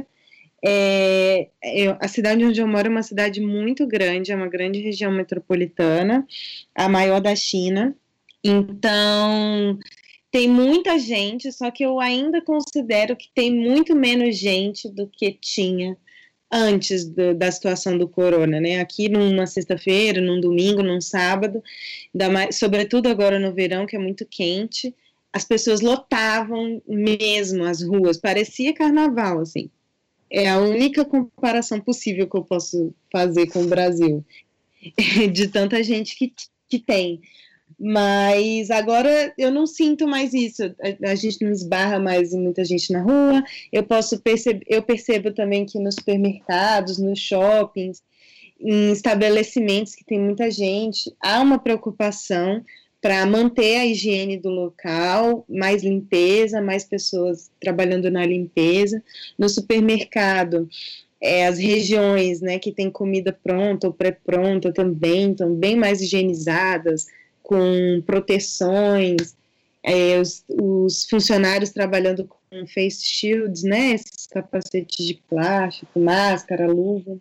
A cidade onde eu moro é uma cidade muito grande, é uma grande região metropolitana, a maior da China, então tem muita gente, só que eu ainda considero que tem muito menos gente do que tinha antes da situação do corona, né? Aqui numa sexta-feira, num domingo, num sábado, sobretudo agora no verão, que é muito quente, as pessoas lotavam mesmo as ruas, parecia carnaval, assim. É a única comparação possível que eu posso fazer com o Brasil, de tanta gente que tem. Mas agora eu não sinto mais isso, a gente não esbarra mais em muita gente na rua. Eu percebo também que nos supermercados, nos shoppings, em estabelecimentos que tem muita gente, há uma preocupação para manter a higiene do local, mais limpeza, mais pessoas trabalhando na limpeza. No supermercado, as regiões, né, que tem comida pronta ou pré-pronta também estão bem mais higienizadas, com proteções, os funcionários trabalhando com face shields, né, esses capacetes de plástico, máscara, luva.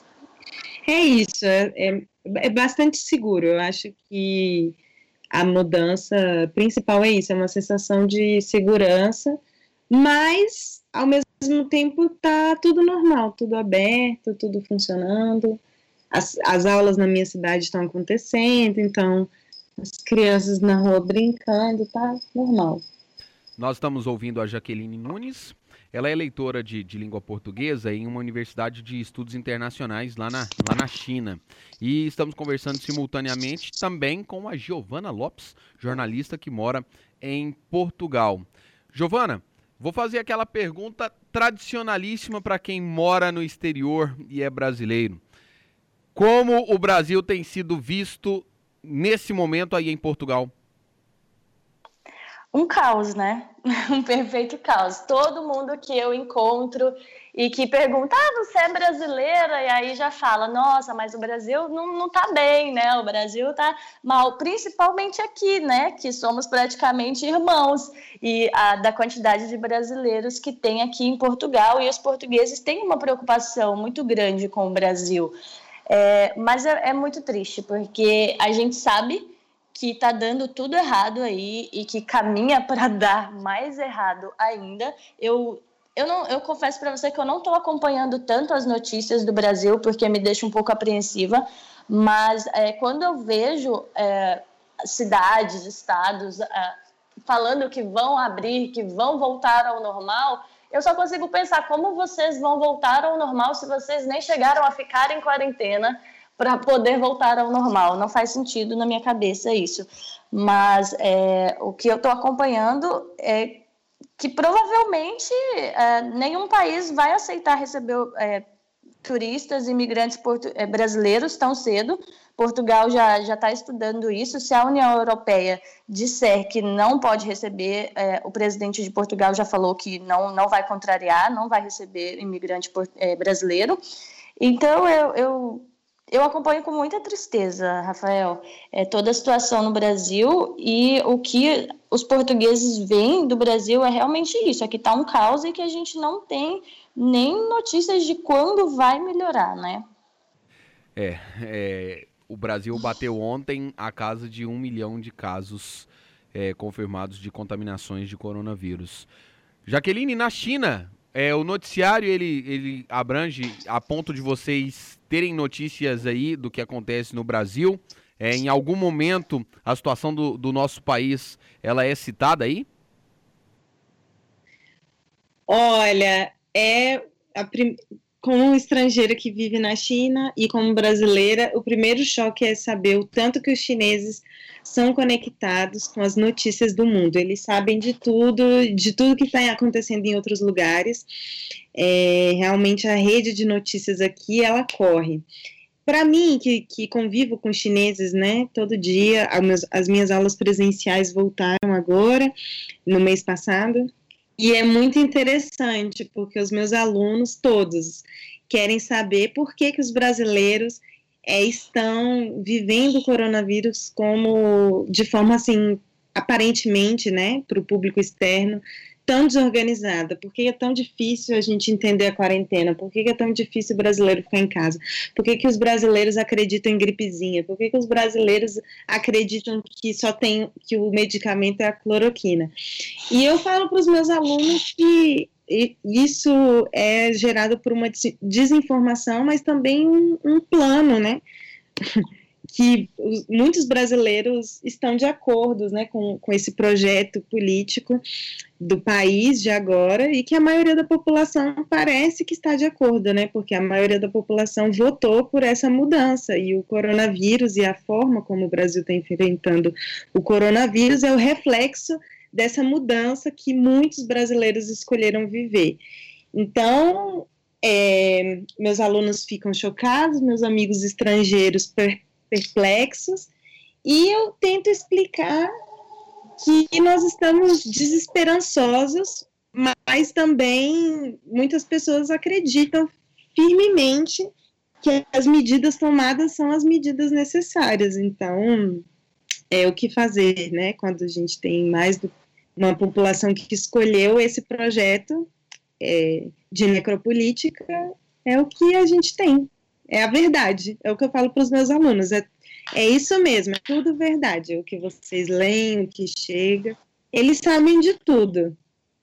É isso, é bastante seguro. Eu acho que a mudança principal é isso, é uma sensação de segurança, mas, ao mesmo tempo, tá tudo normal, tudo aberto, tudo funcionando. As aulas na minha cidade estão acontecendo, então as crianças na rua brincando, tá normal. Nós estamos ouvindo a Jaqueline Nunes. Ela é leitora de língua portuguesa em uma universidade de estudos internacionais lá na China. E estamos conversando simultaneamente também com a Giovana Lopes, jornalista que mora em Portugal. Giovana, vou fazer aquela pergunta tradicionalíssima para quem mora no exterior e é brasileiro. Como o Brasil tem sido visto nesse momento aí em Portugal? um caos, né? Um perfeito caos. Todo mundo que eu encontro e que pergunta, você é brasileira? E aí já fala, nossa, mas o Brasil não tá bem, né? O Brasil tá mal, principalmente aqui, né? Que somos praticamente irmãos. E da quantidade de brasileiros que tem aqui em Portugal. E os portugueses têm uma preocupação muito grande com o Brasil. Mas é muito triste, porque a gente sabe que está dando tudo errado aí e que caminha para dar mais errado ainda. Eu confesso para você que eu não estou acompanhando tanto as notícias do Brasil, porque me deixa um pouco apreensiva, mas quando eu vejo cidades, estados falando que vão abrir, que vão voltar ao normal, eu só consigo pensar como vocês vão voltar ao normal se vocês nem chegaram a ficar em quarentena para poder voltar ao normal. Não faz sentido na minha cabeça isso. Mas o que eu estou acompanhando é que provavelmente nenhum país vai aceitar receber turistas, imigrantes brasileiros tão cedo. Portugal já está estudando isso. Se a União Europeia disser que não pode receber, o presidente de Portugal já falou que não vai contrariar, não vai receber imigrante brasileiro. Então, eu acompanho com muita tristeza, Rafael, toda a situação no Brasil, e o que os portugueses veem do Brasil é realmente isso, aqui está um caos e que a gente não tem nem notícias de quando vai melhorar, né? O Brasil bateu ontem a casa de 1 milhão de casos confirmados de contaminações de coronavírus. Jaqueline, na China, o noticiário ele abrange a ponto de vocês terem notícias aí do que acontece no Brasil. Em algum momento a situação do nosso país ela é citada aí? Olha, como estrangeira que vive na China e como brasileira, o primeiro choque é saber o tanto que os chineses são conectados com as notícias do mundo. Eles sabem de tudo que está acontecendo em outros lugares. Realmente a rede de notícias aqui, ela corre. Para mim, que convivo com chineses, né, todo dia, as minhas aulas presenciais voltaram agora, no mês passado, e é muito interessante, porque os meus alunos todos querem saber por que os brasileiros estão vivendo o coronavírus de forma assim, aparentemente, né, para o público externo, tão desorganizada. Por que é tão difícil a gente entender a quarentena? Por que é tão difícil o brasileiro ficar em casa? Por que os brasileiros acreditam em gripezinha? Por que os brasileiros acreditam que o medicamento é a cloroquina? E eu falo para os meus alunos que isso é gerado por uma desinformação, mas também um plano, né? Que muitos brasileiros estão de acordo, né, com esse projeto político do país de agora, e que a maioria da população parece que está de acordo, né, porque a maioria da população votou por essa mudança, e o coronavírus e a forma como o Brasil está enfrentando o coronavírus é o reflexo dessa mudança que muitos brasileiros escolheram viver. Então, meus alunos ficam chocados, meus amigos estrangeiros perplexos, e eu tento explicar que nós estamos desesperançosos, mas também muitas pessoas acreditam firmemente que as medidas tomadas são as medidas necessárias. Então, o que fazer, né, quando a gente tem uma população que escolheu esse projeto de necropolítica, é o que a gente tem. É a verdade, é o que eu falo para os meus alunos, é isso mesmo, é tudo verdade, o que vocês leem, o que chega, eles sabem de tudo.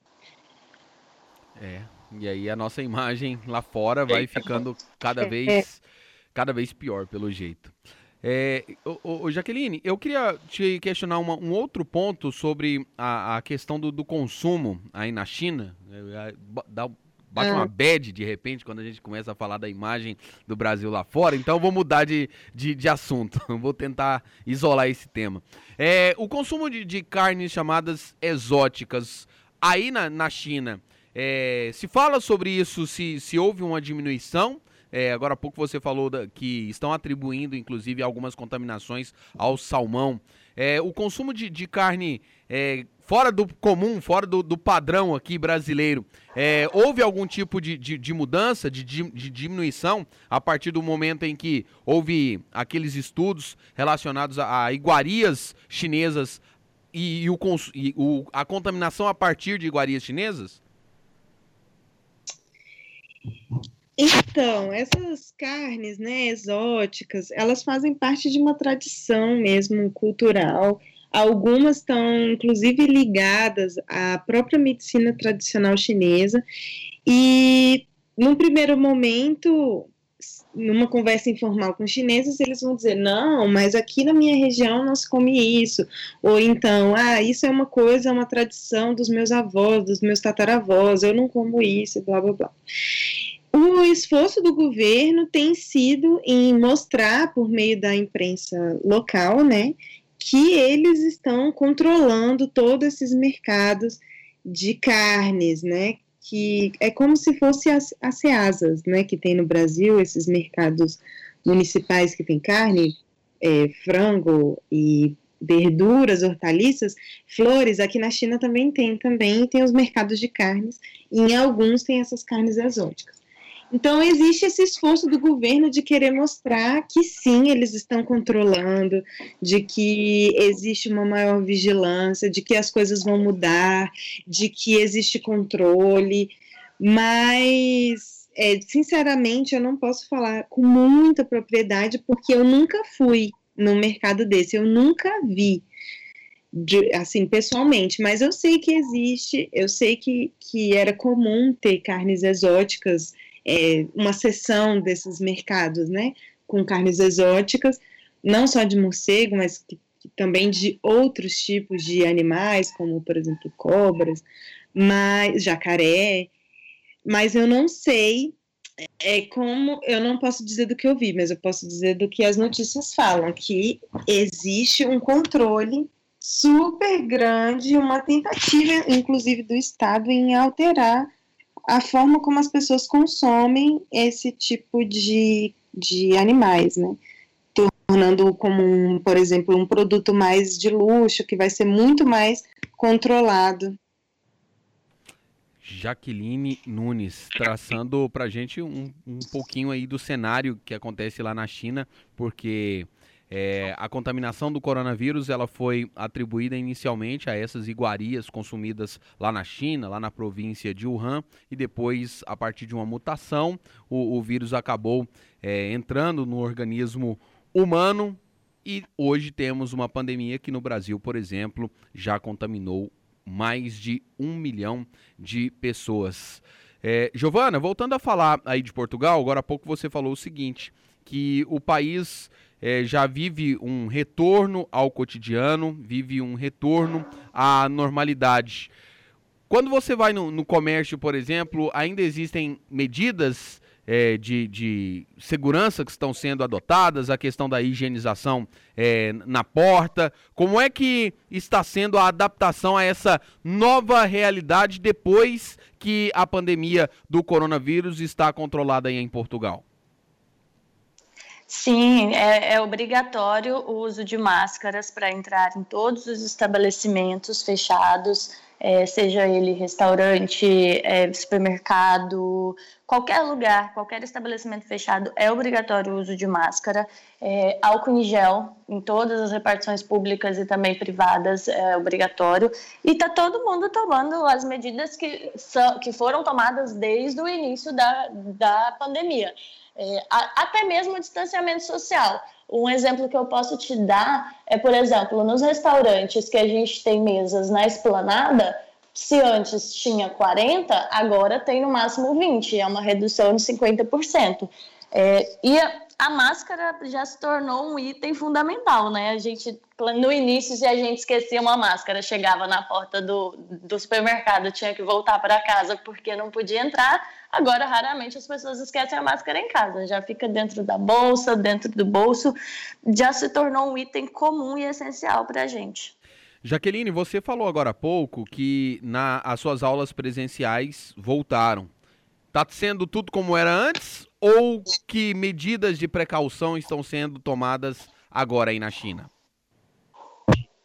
E aí a nossa imagem lá fora vai ficando cada vez pior, pelo jeito. Jaqueline, eu queria te questionar um outro ponto sobre a questão do consumo aí na China. Bate uma bad, de repente, quando a gente começa a falar da imagem do Brasil lá fora. Então, vou mudar de assunto. Vou tentar isolar esse tema. O consumo de carnes chamadas exóticas aí na China, se fala sobre isso, se houve uma diminuição. Agora há pouco você falou que estão atribuindo, inclusive, algumas contaminações ao salmão. o consumo de carne fora do comum, fora do padrão aqui brasileiro, houve algum tipo de mudança, de diminuição a partir do momento em que houve aqueles estudos relacionados a iguarias chinesas e a contaminação a partir de iguarias chinesas? Então, essas carnes, né, exóticas, elas fazem parte de uma tradição mesmo cultural. Algumas estão, inclusive, ligadas à própria medicina tradicional chinesa. E, num primeiro momento, numa conversa informal com chineses, eles vão dizer, não, mas aqui na minha região não se come isso. Ou então, isso é uma coisa, uma tradição dos meus avós, dos meus tataravós, eu não como isso, blá, blá, blá. O esforço do governo tem sido em mostrar, por meio da imprensa local, né, que eles estão controlando todos esses mercados de carnes, né, que é como se fosse as Ceasas, né, que tem no Brasil, esses mercados municipais que tem carne, frango e verduras, hortaliças, flores. Aqui na China também tem os mercados de carnes, e em alguns tem essas carnes exóticas. Então, existe esse esforço do governo de querer mostrar que, sim, eles estão controlando, de que existe uma maior vigilância, de que as coisas vão mudar, de que existe controle, mas, sinceramente, eu não posso falar com muita propriedade, porque eu nunca fui num mercado desse, eu nunca vi, assim, pessoalmente, mas eu sei que existe, eu sei que era comum ter carnes exóticas, uma seção desses mercados, né, com carnes exóticas, não só de morcego, mas também de outros tipos de animais, como, por exemplo, cobras, jacaré, mas eu não sei como, eu não posso dizer do que eu vi, mas eu posso dizer do que as notícias falam, que existe um controle super grande, uma tentativa, inclusive, do Estado em alterar a forma como as pessoas consomem esse tipo de animais, né? Tornando como, por exemplo, um produto mais de luxo, que vai ser muito mais controlado. Jaqueline Nunes, traçando pra gente um pouquinho aí do cenário que acontece lá na China, porque a contaminação do coronavírus ela foi atribuída inicialmente a essas iguarias consumidas lá na China, lá na província de Wuhan, e depois, a partir de uma mutação, o vírus acabou entrando no organismo humano, e hoje temos uma pandemia que no Brasil, por exemplo, já contaminou mais de 1 milhão de pessoas. Giovana, voltando a falar aí de Portugal, agora há pouco você falou o seguinte, que o país já vive um retorno ao cotidiano, vive um retorno à normalidade. Quando você vai no comércio, por exemplo, ainda existem medidas de segurança que estão sendo adotadas, a questão da higienização na porta. Como é que está sendo a adaptação a essa nova realidade depois que a pandemia do coronavírus está controlada aí em Portugal? Sim, é obrigatório o uso de máscaras para entrar em todos os estabelecimentos fechados, seja ele restaurante, supermercado, qualquer lugar, qualquer estabelecimento fechado, é obrigatório o uso de máscara. Álcool em gel em todas as repartições públicas e também privadas é obrigatório. E está todo mundo tomando as medidas que foram tomadas desde o início da pandemia. Até mesmo o distanciamento social. Um exemplo que eu posso te dar é, por exemplo, nos restaurantes que a gente tem mesas na esplanada, se antes tinha 40, agora tem no máximo 20, é uma redução de 50%. E a máscara já se tornou um item fundamental, né? A gente, no início, se a gente esquecia uma máscara, chegava na porta do supermercado, tinha que voltar para casa porque não podia entrar. Agora, raramente as pessoas esquecem a máscara em casa, já fica dentro da bolsa, dentro do bolso, já se tornou um item comum e essencial para a gente. Jaqueline, você falou agora há pouco que as suas aulas presenciais voltaram. Está sendo tudo como era antes ou que medidas de precaução estão sendo tomadas agora aí na China?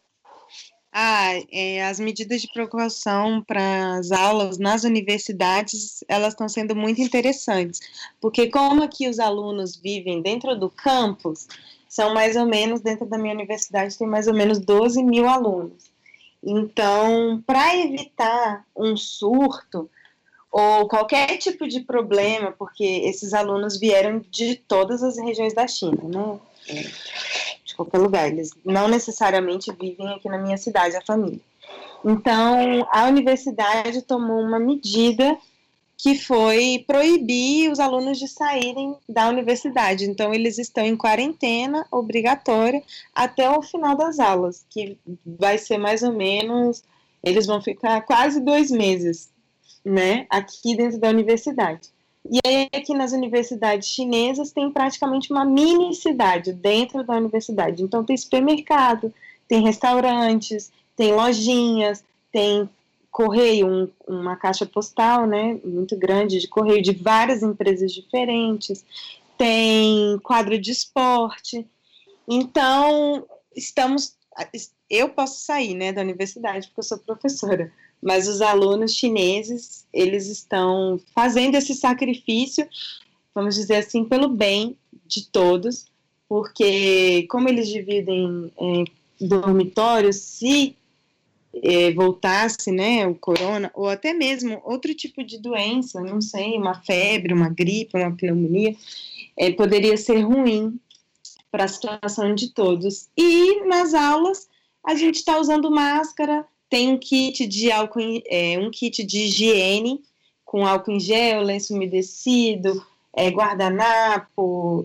As medidas de precaução para as aulas nas universidades, elas estão sendo muito interessantes, porque como aqui os alunos vivem dentro do campus, são mais ou menos, dentro da minha universidade, tem mais ou menos 12 mil alunos. Então, para evitar um surto ou qualquer tipo de problema, porque esses alunos vieram de todas as regiões da China, né? De qualquer lugar, eles não necessariamente vivem aqui na minha cidade, a família. Então, a universidade tomou uma medida que foi proibir os alunos de saírem da universidade. Então, eles estão em quarentena obrigatória até o final das aulas, que vai ser mais ou menos, eles vão ficar quase 2 meses, né, aqui dentro da universidade. E aí, aqui nas universidades chinesas, tem praticamente uma mini cidade dentro da universidade. Então, tem supermercado, tem restaurantes, tem lojinhas, tem correio, uma caixa postal, né, muito grande de correio, de várias empresas diferentes, tem quadra de esporte. Então, eu posso sair, né, da universidade, porque eu sou professora, mas os alunos chineses, eles estão fazendo esse sacrifício, vamos dizer assim, pelo bem de todos, porque como eles dividem dormitórios, se voltasse, né, o corona, ou até mesmo outro tipo de doença, não sei, uma febre, uma gripe, uma pneumonia, poderia ser ruim para a situação de todos. E nas aulas, a gente está usando máscara, tem um kit de álcool, um kit de higiene, com álcool em gel, lenço umedecido, guardanapo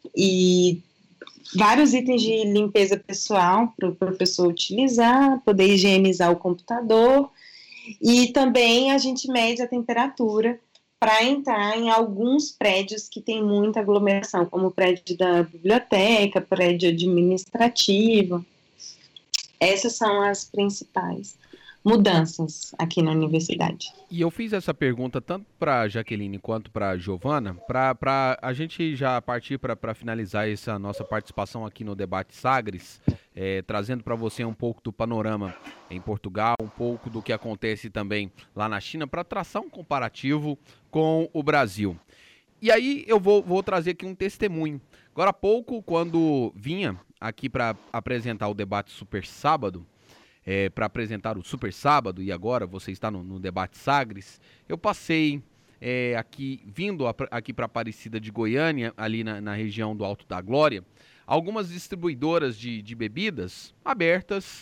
e vários itens de limpeza pessoal para o professor utilizar, poder higienizar o computador. E também a gente mede a temperatura para entrar em alguns prédios que tem muita aglomeração, como o prédio da biblioteca, prédio administrativo. Essas são as principais mudanças aqui na universidade. E eu fiz essa pergunta tanto para a Jaqueline quanto para a Giovana, para a gente já partir para finalizar essa nossa participação aqui no Debate Sagres, trazendo para você um pouco do panorama em Portugal, um pouco do que acontece também lá na China, para traçar um comparativo com o Brasil. E aí eu vou trazer aqui um testemunho. Agora há pouco, quando vinha aqui para apresentar o Debate Super Sábado, para apresentar o Super Sábado, e agora você está no Debate Sagres, eu passei vindo aqui para Aparecida de Goiânia, ali na região do Alto da Glória, algumas distribuidoras de bebidas abertas,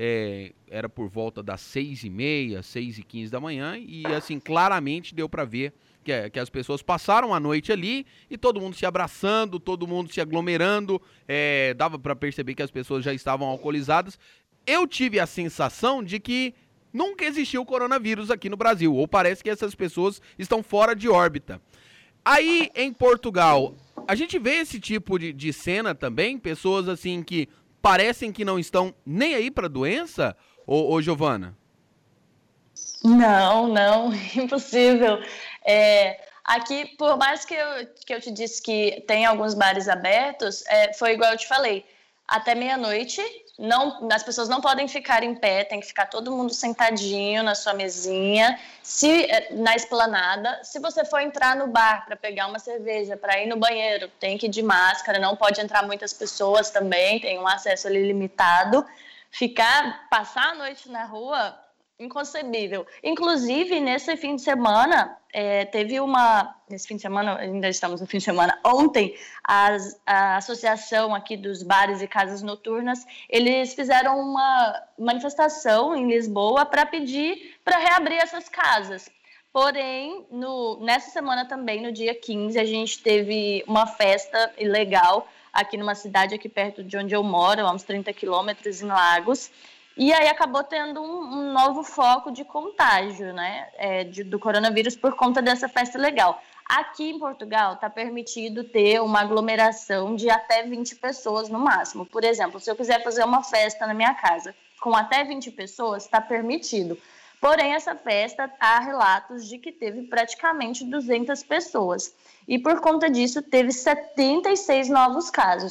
era por volta das 6h30, 6h15 da manhã, e assim, claramente deu para ver que as pessoas passaram a noite ali e todo mundo se abraçando, todo mundo se aglomerando, dava para perceber que as pessoas já estavam alcoolizadas. Eu tive a sensação de que nunca existiu coronavírus aqui no Brasil, ou parece que essas pessoas estão fora de órbita. Aí, em Portugal, a gente vê esse tipo de cena também, pessoas assim que parecem que não estão nem aí para a doença, ô Giovana? Não, impossível. Aqui, por mais que eu te disse que tem alguns bares abertos, foi igual eu te falei, até meia-noite, as pessoas não podem ficar em pé, tem que ficar todo mundo sentadinho na sua mesinha, na esplanada. Se você for entrar no bar para pegar uma cerveja, para ir no banheiro, tem que ir de máscara, não pode entrar muitas pessoas também, tem um acesso ali limitado. Passar a noite na rua, inconcebível. Inclusive, nesse fim de semana, nesse fim de semana, ainda estamos no fim de semana, ontem, a associação aqui dos bares e casas noturnas, eles fizeram uma manifestação em Lisboa para pedir para reabrir essas casas. Porém, nessa semana também, no dia 15, a gente teve uma festa ilegal aqui numa cidade aqui perto de onde eu moro, a uns 30 quilômetros, em Lagos. E aí acabou tendo um novo foco de contágio, né, do coronavírus por conta dessa festa ilegal. Aqui em Portugal está permitido ter uma aglomeração de até 20 pessoas no máximo. Por exemplo, se eu quiser fazer uma festa na minha casa com até 20 pessoas, está permitido. Porém, essa festa, há relatos de que teve praticamente 200 pessoas. E por conta disso, teve 76 novos casos.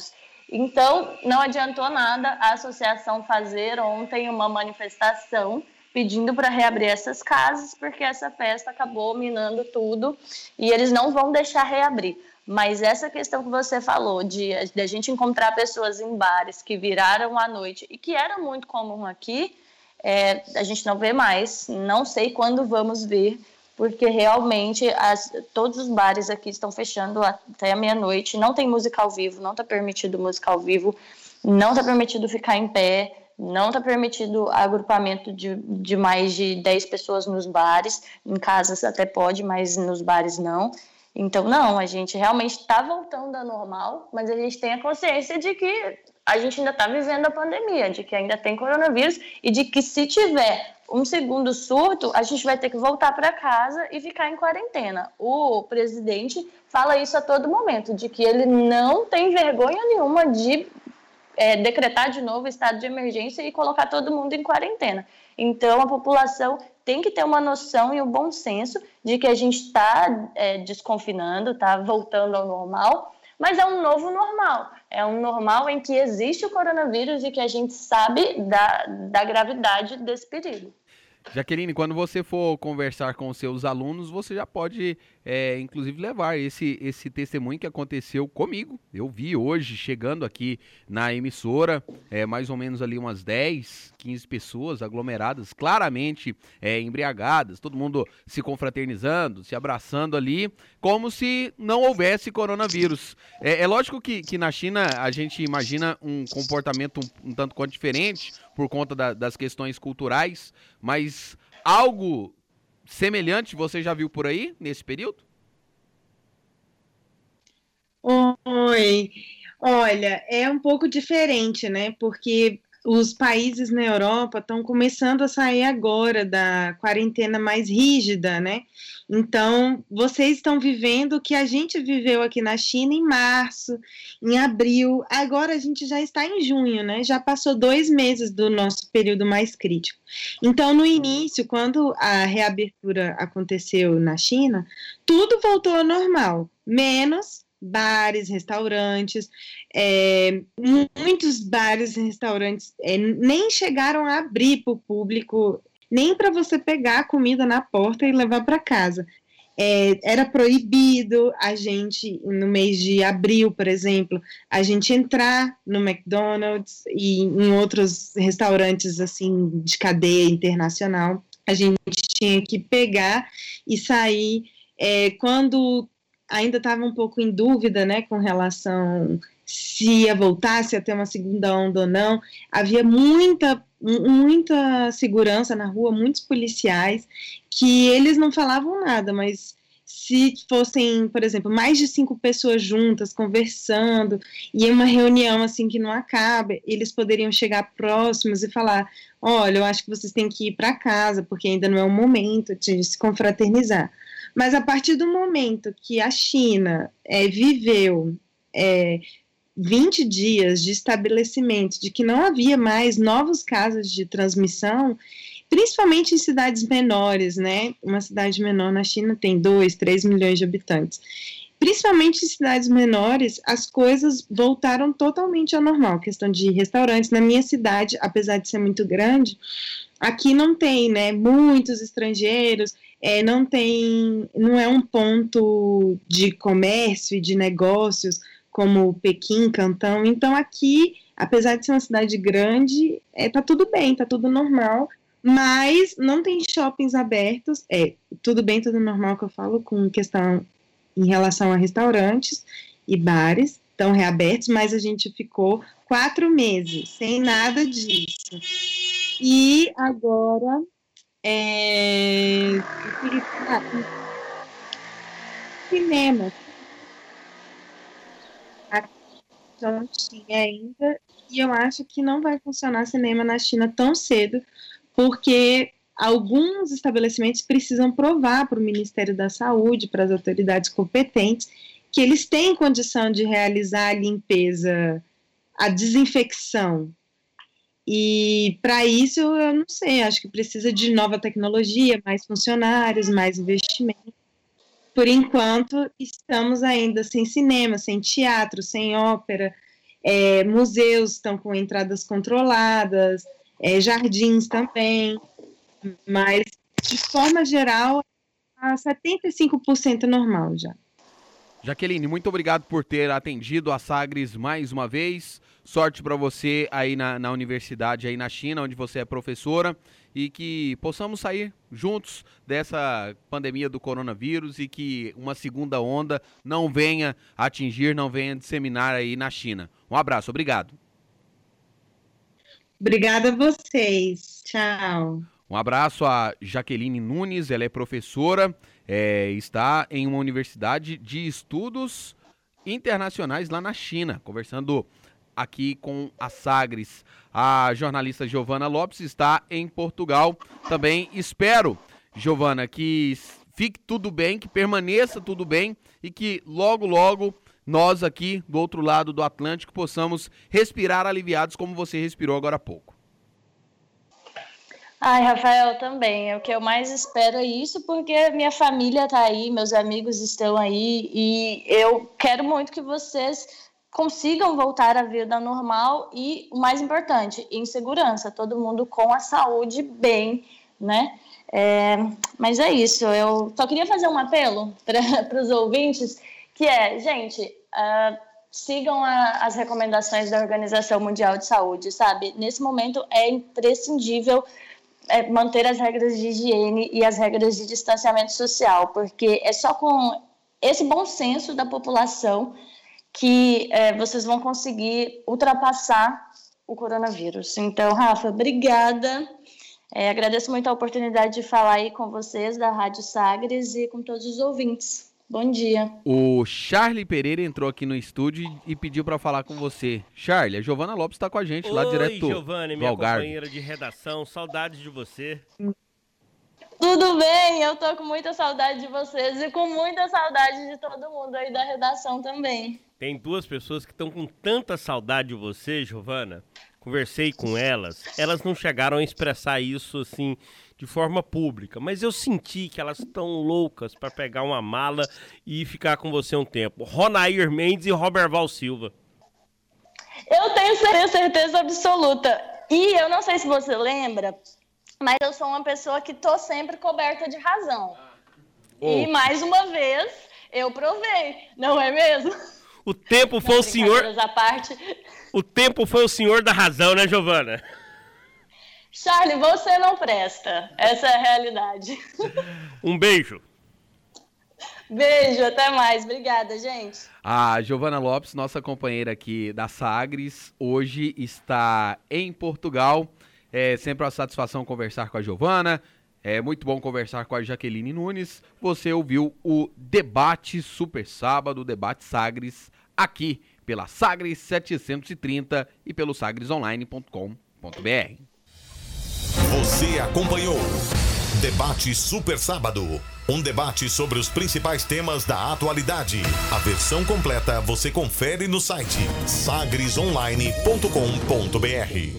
Então, não adiantou nada a associação fazer ontem uma manifestação pedindo para reabrir essas casas, porque essa festa acabou minando tudo e eles não vão deixar reabrir. Mas essa questão que você falou de a gente encontrar pessoas em bares que viraram à noite e que era muito comum aqui, a gente não vê mais. Não sei quando vamos ver, porque realmente todos os bares aqui estão fechando até a meia-noite. Não tem música ao vivo, não está permitido música ao vivo, não está permitido ficar em pé, não está permitido agrupamento de mais de 10 pessoas nos bares. Em casas até pode, mas nos bares não. Então, não, a gente realmente está voltando ao normal, mas a gente tem a consciência de que a gente ainda está vivendo a pandemia, de que ainda tem coronavírus e de que se tiver um segundo surto, a gente vai ter que voltar para casa e ficar em quarentena. O presidente fala isso a todo momento, de que ele não tem vergonha nenhuma de decretar de novo estado de emergência e colocar todo mundo em quarentena. Então, a população tem que ter uma noção e um bom senso de que a gente está desconfinando, está voltando ao normal, mas é um novo normal. É um normal em que existe o coronavírus e que a gente sabe da gravidade desse perigo. Jaqueline, quando você for conversar com os seus alunos, você já pode, inclusive, levar esse testemunho que aconteceu comigo. Eu vi hoje, chegando aqui na emissora, mais ou menos ali umas 10, 15 pessoas aglomeradas, claramente embriagadas, todo mundo se confraternizando, se abraçando ali, como se não houvesse coronavírus. É lógico que na China a gente imagina um comportamento um tanto quanto diferente, por conta das questões culturais, mas algo semelhante você já viu por aí, nesse período? Oi, olha, é um pouco diferente, né, porque os países na Europa estão começando a sair agora da quarentena mais rígida, né? Então, vocês estão vivendo o que a gente viveu aqui na China em março, em abril, agora a gente já está em junho, né? Já passou 2 meses do nosso período mais crítico. Então, no início, quando a reabertura aconteceu na China, tudo voltou ao normal, menos bares, restaurantes, muitos bares e restaurantes nem chegaram a abrir para o público, nem para você pegar a comida na porta e levar para casa. Era proibido a gente, no mês de abril, por exemplo, a gente entrar no McDonald's e em outros restaurantes assim de cadeia internacional. A gente tinha que pegar e sair quando ainda estava um pouco em dúvida, né, com relação se ia voltar, se ia ter uma segunda onda ou não. Havia muita segurança na rua, muitos policiais, que eles não falavam nada, mas se fossem, por exemplo, mais de 5 pessoas juntas, conversando, e uma reunião assim que não acaba, eles poderiam chegar próximos e falar, olha, eu acho que vocês têm que ir para casa, porque ainda não é o momento de se confraternizar. Mas a partir do momento que a China viveu 20 dias de estabelecimento, de que não havia mais novos casos de transmissão, principalmente em cidades menores, né? Uma cidade menor na China tem 2, 3 milhões de habitantes. Principalmente em cidades menores, as coisas voltaram totalmente ao normal. Questão de restaurantes. Na minha cidade, apesar de ser muito grande, aqui não tem, né? Muitos estrangeiros, não é um ponto de comércio e de negócios como Pequim, Cantão. Então aqui, apesar de ser uma cidade grande, tá tudo bem, tá tudo normal, mas não tem shoppings abertos. Tudo bem, tudo normal que eu falo com questão em relação a restaurantes e bares, estão reabertos, mas a gente ficou 4 meses sem nada disso. E agora cinema. Não tinha ainda, e eu acho que não vai funcionar cinema na China tão cedo, porque alguns estabelecimentos precisam provar para o Ministério da Saúde, para as autoridades competentes, que eles têm condição de realizar a limpeza, a desinfecção. E para isso, eu não sei, acho que precisa de nova tecnologia, mais funcionários, mais investimento. Por enquanto, estamos ainda sem cinema, sem teatro, sem ópera. Museus estão com entradas controladas, jardins também, mas de forma geral, a 75% normal já. Jaqueline, muito obrigado por ter atendido a Sagres mais uma vez. Sorte para você aí na universidade, aí na China, onde você é professora, e que possamos sair juntos dessa pandemia do coronavírus e que uma segunda onda não venha atingir, não venha disseminar aí na China. Um abraço, obrigado. Obrigada a vocês. Tchau. Um abraço a Jaqueline Nunes, ela é professora, está em uma universidade de estudos internacionais lá na China, conversando aqui com a Sagres. A jornalista Giovana Lopes está em Portugal. Também espero, Giovana, que fique tudo bem, que permaneça tudo bem e que logo, logo nós aqui do outro lado do Atlântico possamos respirar aliviados como você respirou agora há pouco. Ai, Rafael, também. O que eu mais espero é isso, porque minha família está aí, meus amigos estão aí e eu quero muito que vocês consigam voltar à vida normal e, o mais importante, em segurança, todo mundo com a saúde bem, né? Mas é isso, eu só queria fazer um apelo para os ouvintes, que gente, sigam as recomendações da Organização Mundial de Saúde, sabe? Nesse momento é imprescindível manter as regras de higiene e as regras de distanciamento social, porque é só com esse bom senso da população que vocês vão conseguir ultrapassar o coronavírus. Então, Rafa, obrigada. Agradeço muito a oportunidade de falar aí com vocês da Rádio Sagres e com todos os ouvintes. Bom dia. O Charlie Pereira entrou aqui no estúdio e pediu para falar com você. Charlie, a Giovana Lopes está com a gente lá direto do Giovana, minha companheira de redação, saudades de você. Tudo bem, eu tô com muita saudade de vocês e com muita saudade de todo mundo aí da redação também. Tem duas pessoas que estão com tanta saudade de você, Giovana. Conversei com elas não chegaram a expressar isso assim de forma pública, mas eu senti que elas estão loucas para pegar uma mala e ficar com você um tempo. Ronair Mendes e Roberval Silva. Eu tenho certeza absoluta. E eu não sei se você lembra, mas eu sou uma pessoa que tô sempre coberta de razão. E mais uma vez, eu provei, não é mesmo? O tempo foi o senhor... à parte. O tempo foi o senhor da razão, né, Giovana? Charlie, você não presta. Essa é a realidade. Um beijo. Beijo, até mais. Obrigada, gente. A Giovana Lopes, nossa companheira aqui da Sagres, hoje está em Portugal. É sempre uma satisfação conversar com a Giovana. É muito bom conversar com a Jaqueline Nunes. Você ouviu o Debate Super Sábado, o Debate Sagres, aqui pela Sagres 730 e pelo sagresonline.com.br. Você acompanhou Debate Super Sábado, um debate sobre os principais temas da atualidade. A versão completa você confere no site sagresonline.com.br.